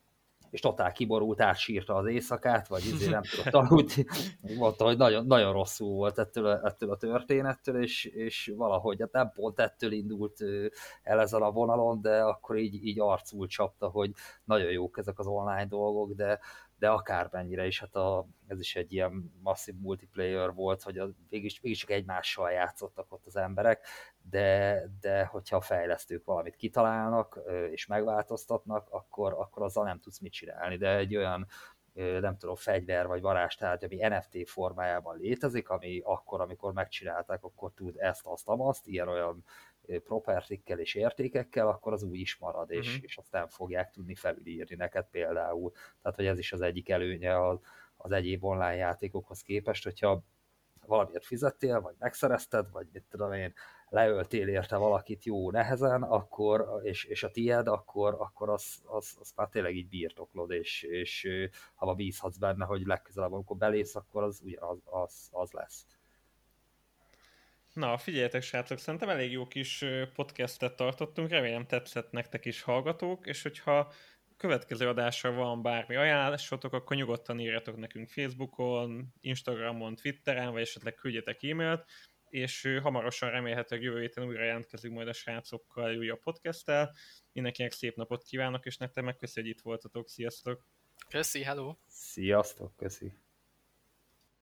és totál kiborult, átsírta az éjszakát, vagy izé nem tudott aludni, mondta, hogy nagyon, nagyon rosszul volt ettől a, ettől a történettől, és, és valahogy, hát nem pont ettől indult el ezen a vonalon, de akkor így, így arcul csapta, hogy nagyon jók ezek az online dolgok, de, de akármennyire is, hát a, ez is egy ilyen masszív multiplayer volt, hogy a, végig, végig csak egymással játszottak ott az emberek, de, de hogyha a fejlesztők valamit kitalálnak és megváltoztatnak, akkor, akkor azzal nem tudsz mit csinálni, de egy olyan nem tudom, fegyver vagy varázstárgy, ami en ef té formájában létezik, ami akkor, amikor megcsinálták, akkor tud ezt, azt, azt, ilyen-olyan propertikkel és értékekkel, akkor az úgy is marad, és, uh-huh. és azt nem fogják tudni felülírni neked például. Tehát, hogy ez is az egyik előnye az, az egyéb online játékokhoz képest, hogyha valamiért fizettél, vagy megszerezted, vagy mit tudom én, leöltél érte valakit jó nehezen, akkor, és, és a tied, akkor, akkor az, az, az már tényleg így birtoklod, és, és ha bízhatsz benne, hogy legközelebb, amikor belépsz, akkor az ugyanaz az, az lesz. Na, figyeljetek, srácok, szerintem elég jó kis podcastet tartottunk, remélem tetszett nektek is, hallgatók, és hogyha következő adásra van bármi ajánlásotok, akkor nyugodtan írjatok nekünk Facebookon, Instagramon, Twitteren, vagy esetleg küldjetek e-mailt, és hamarosan remélhetőleg jövő héten újra jelentkezünk majd a srácokkal újabb podcasttel. Mindenkinek szép napot kívánok, és nektek meg köszi, hogy itt voltatok. Sziasztok! Köszi, hello! Sziasztok, köszi!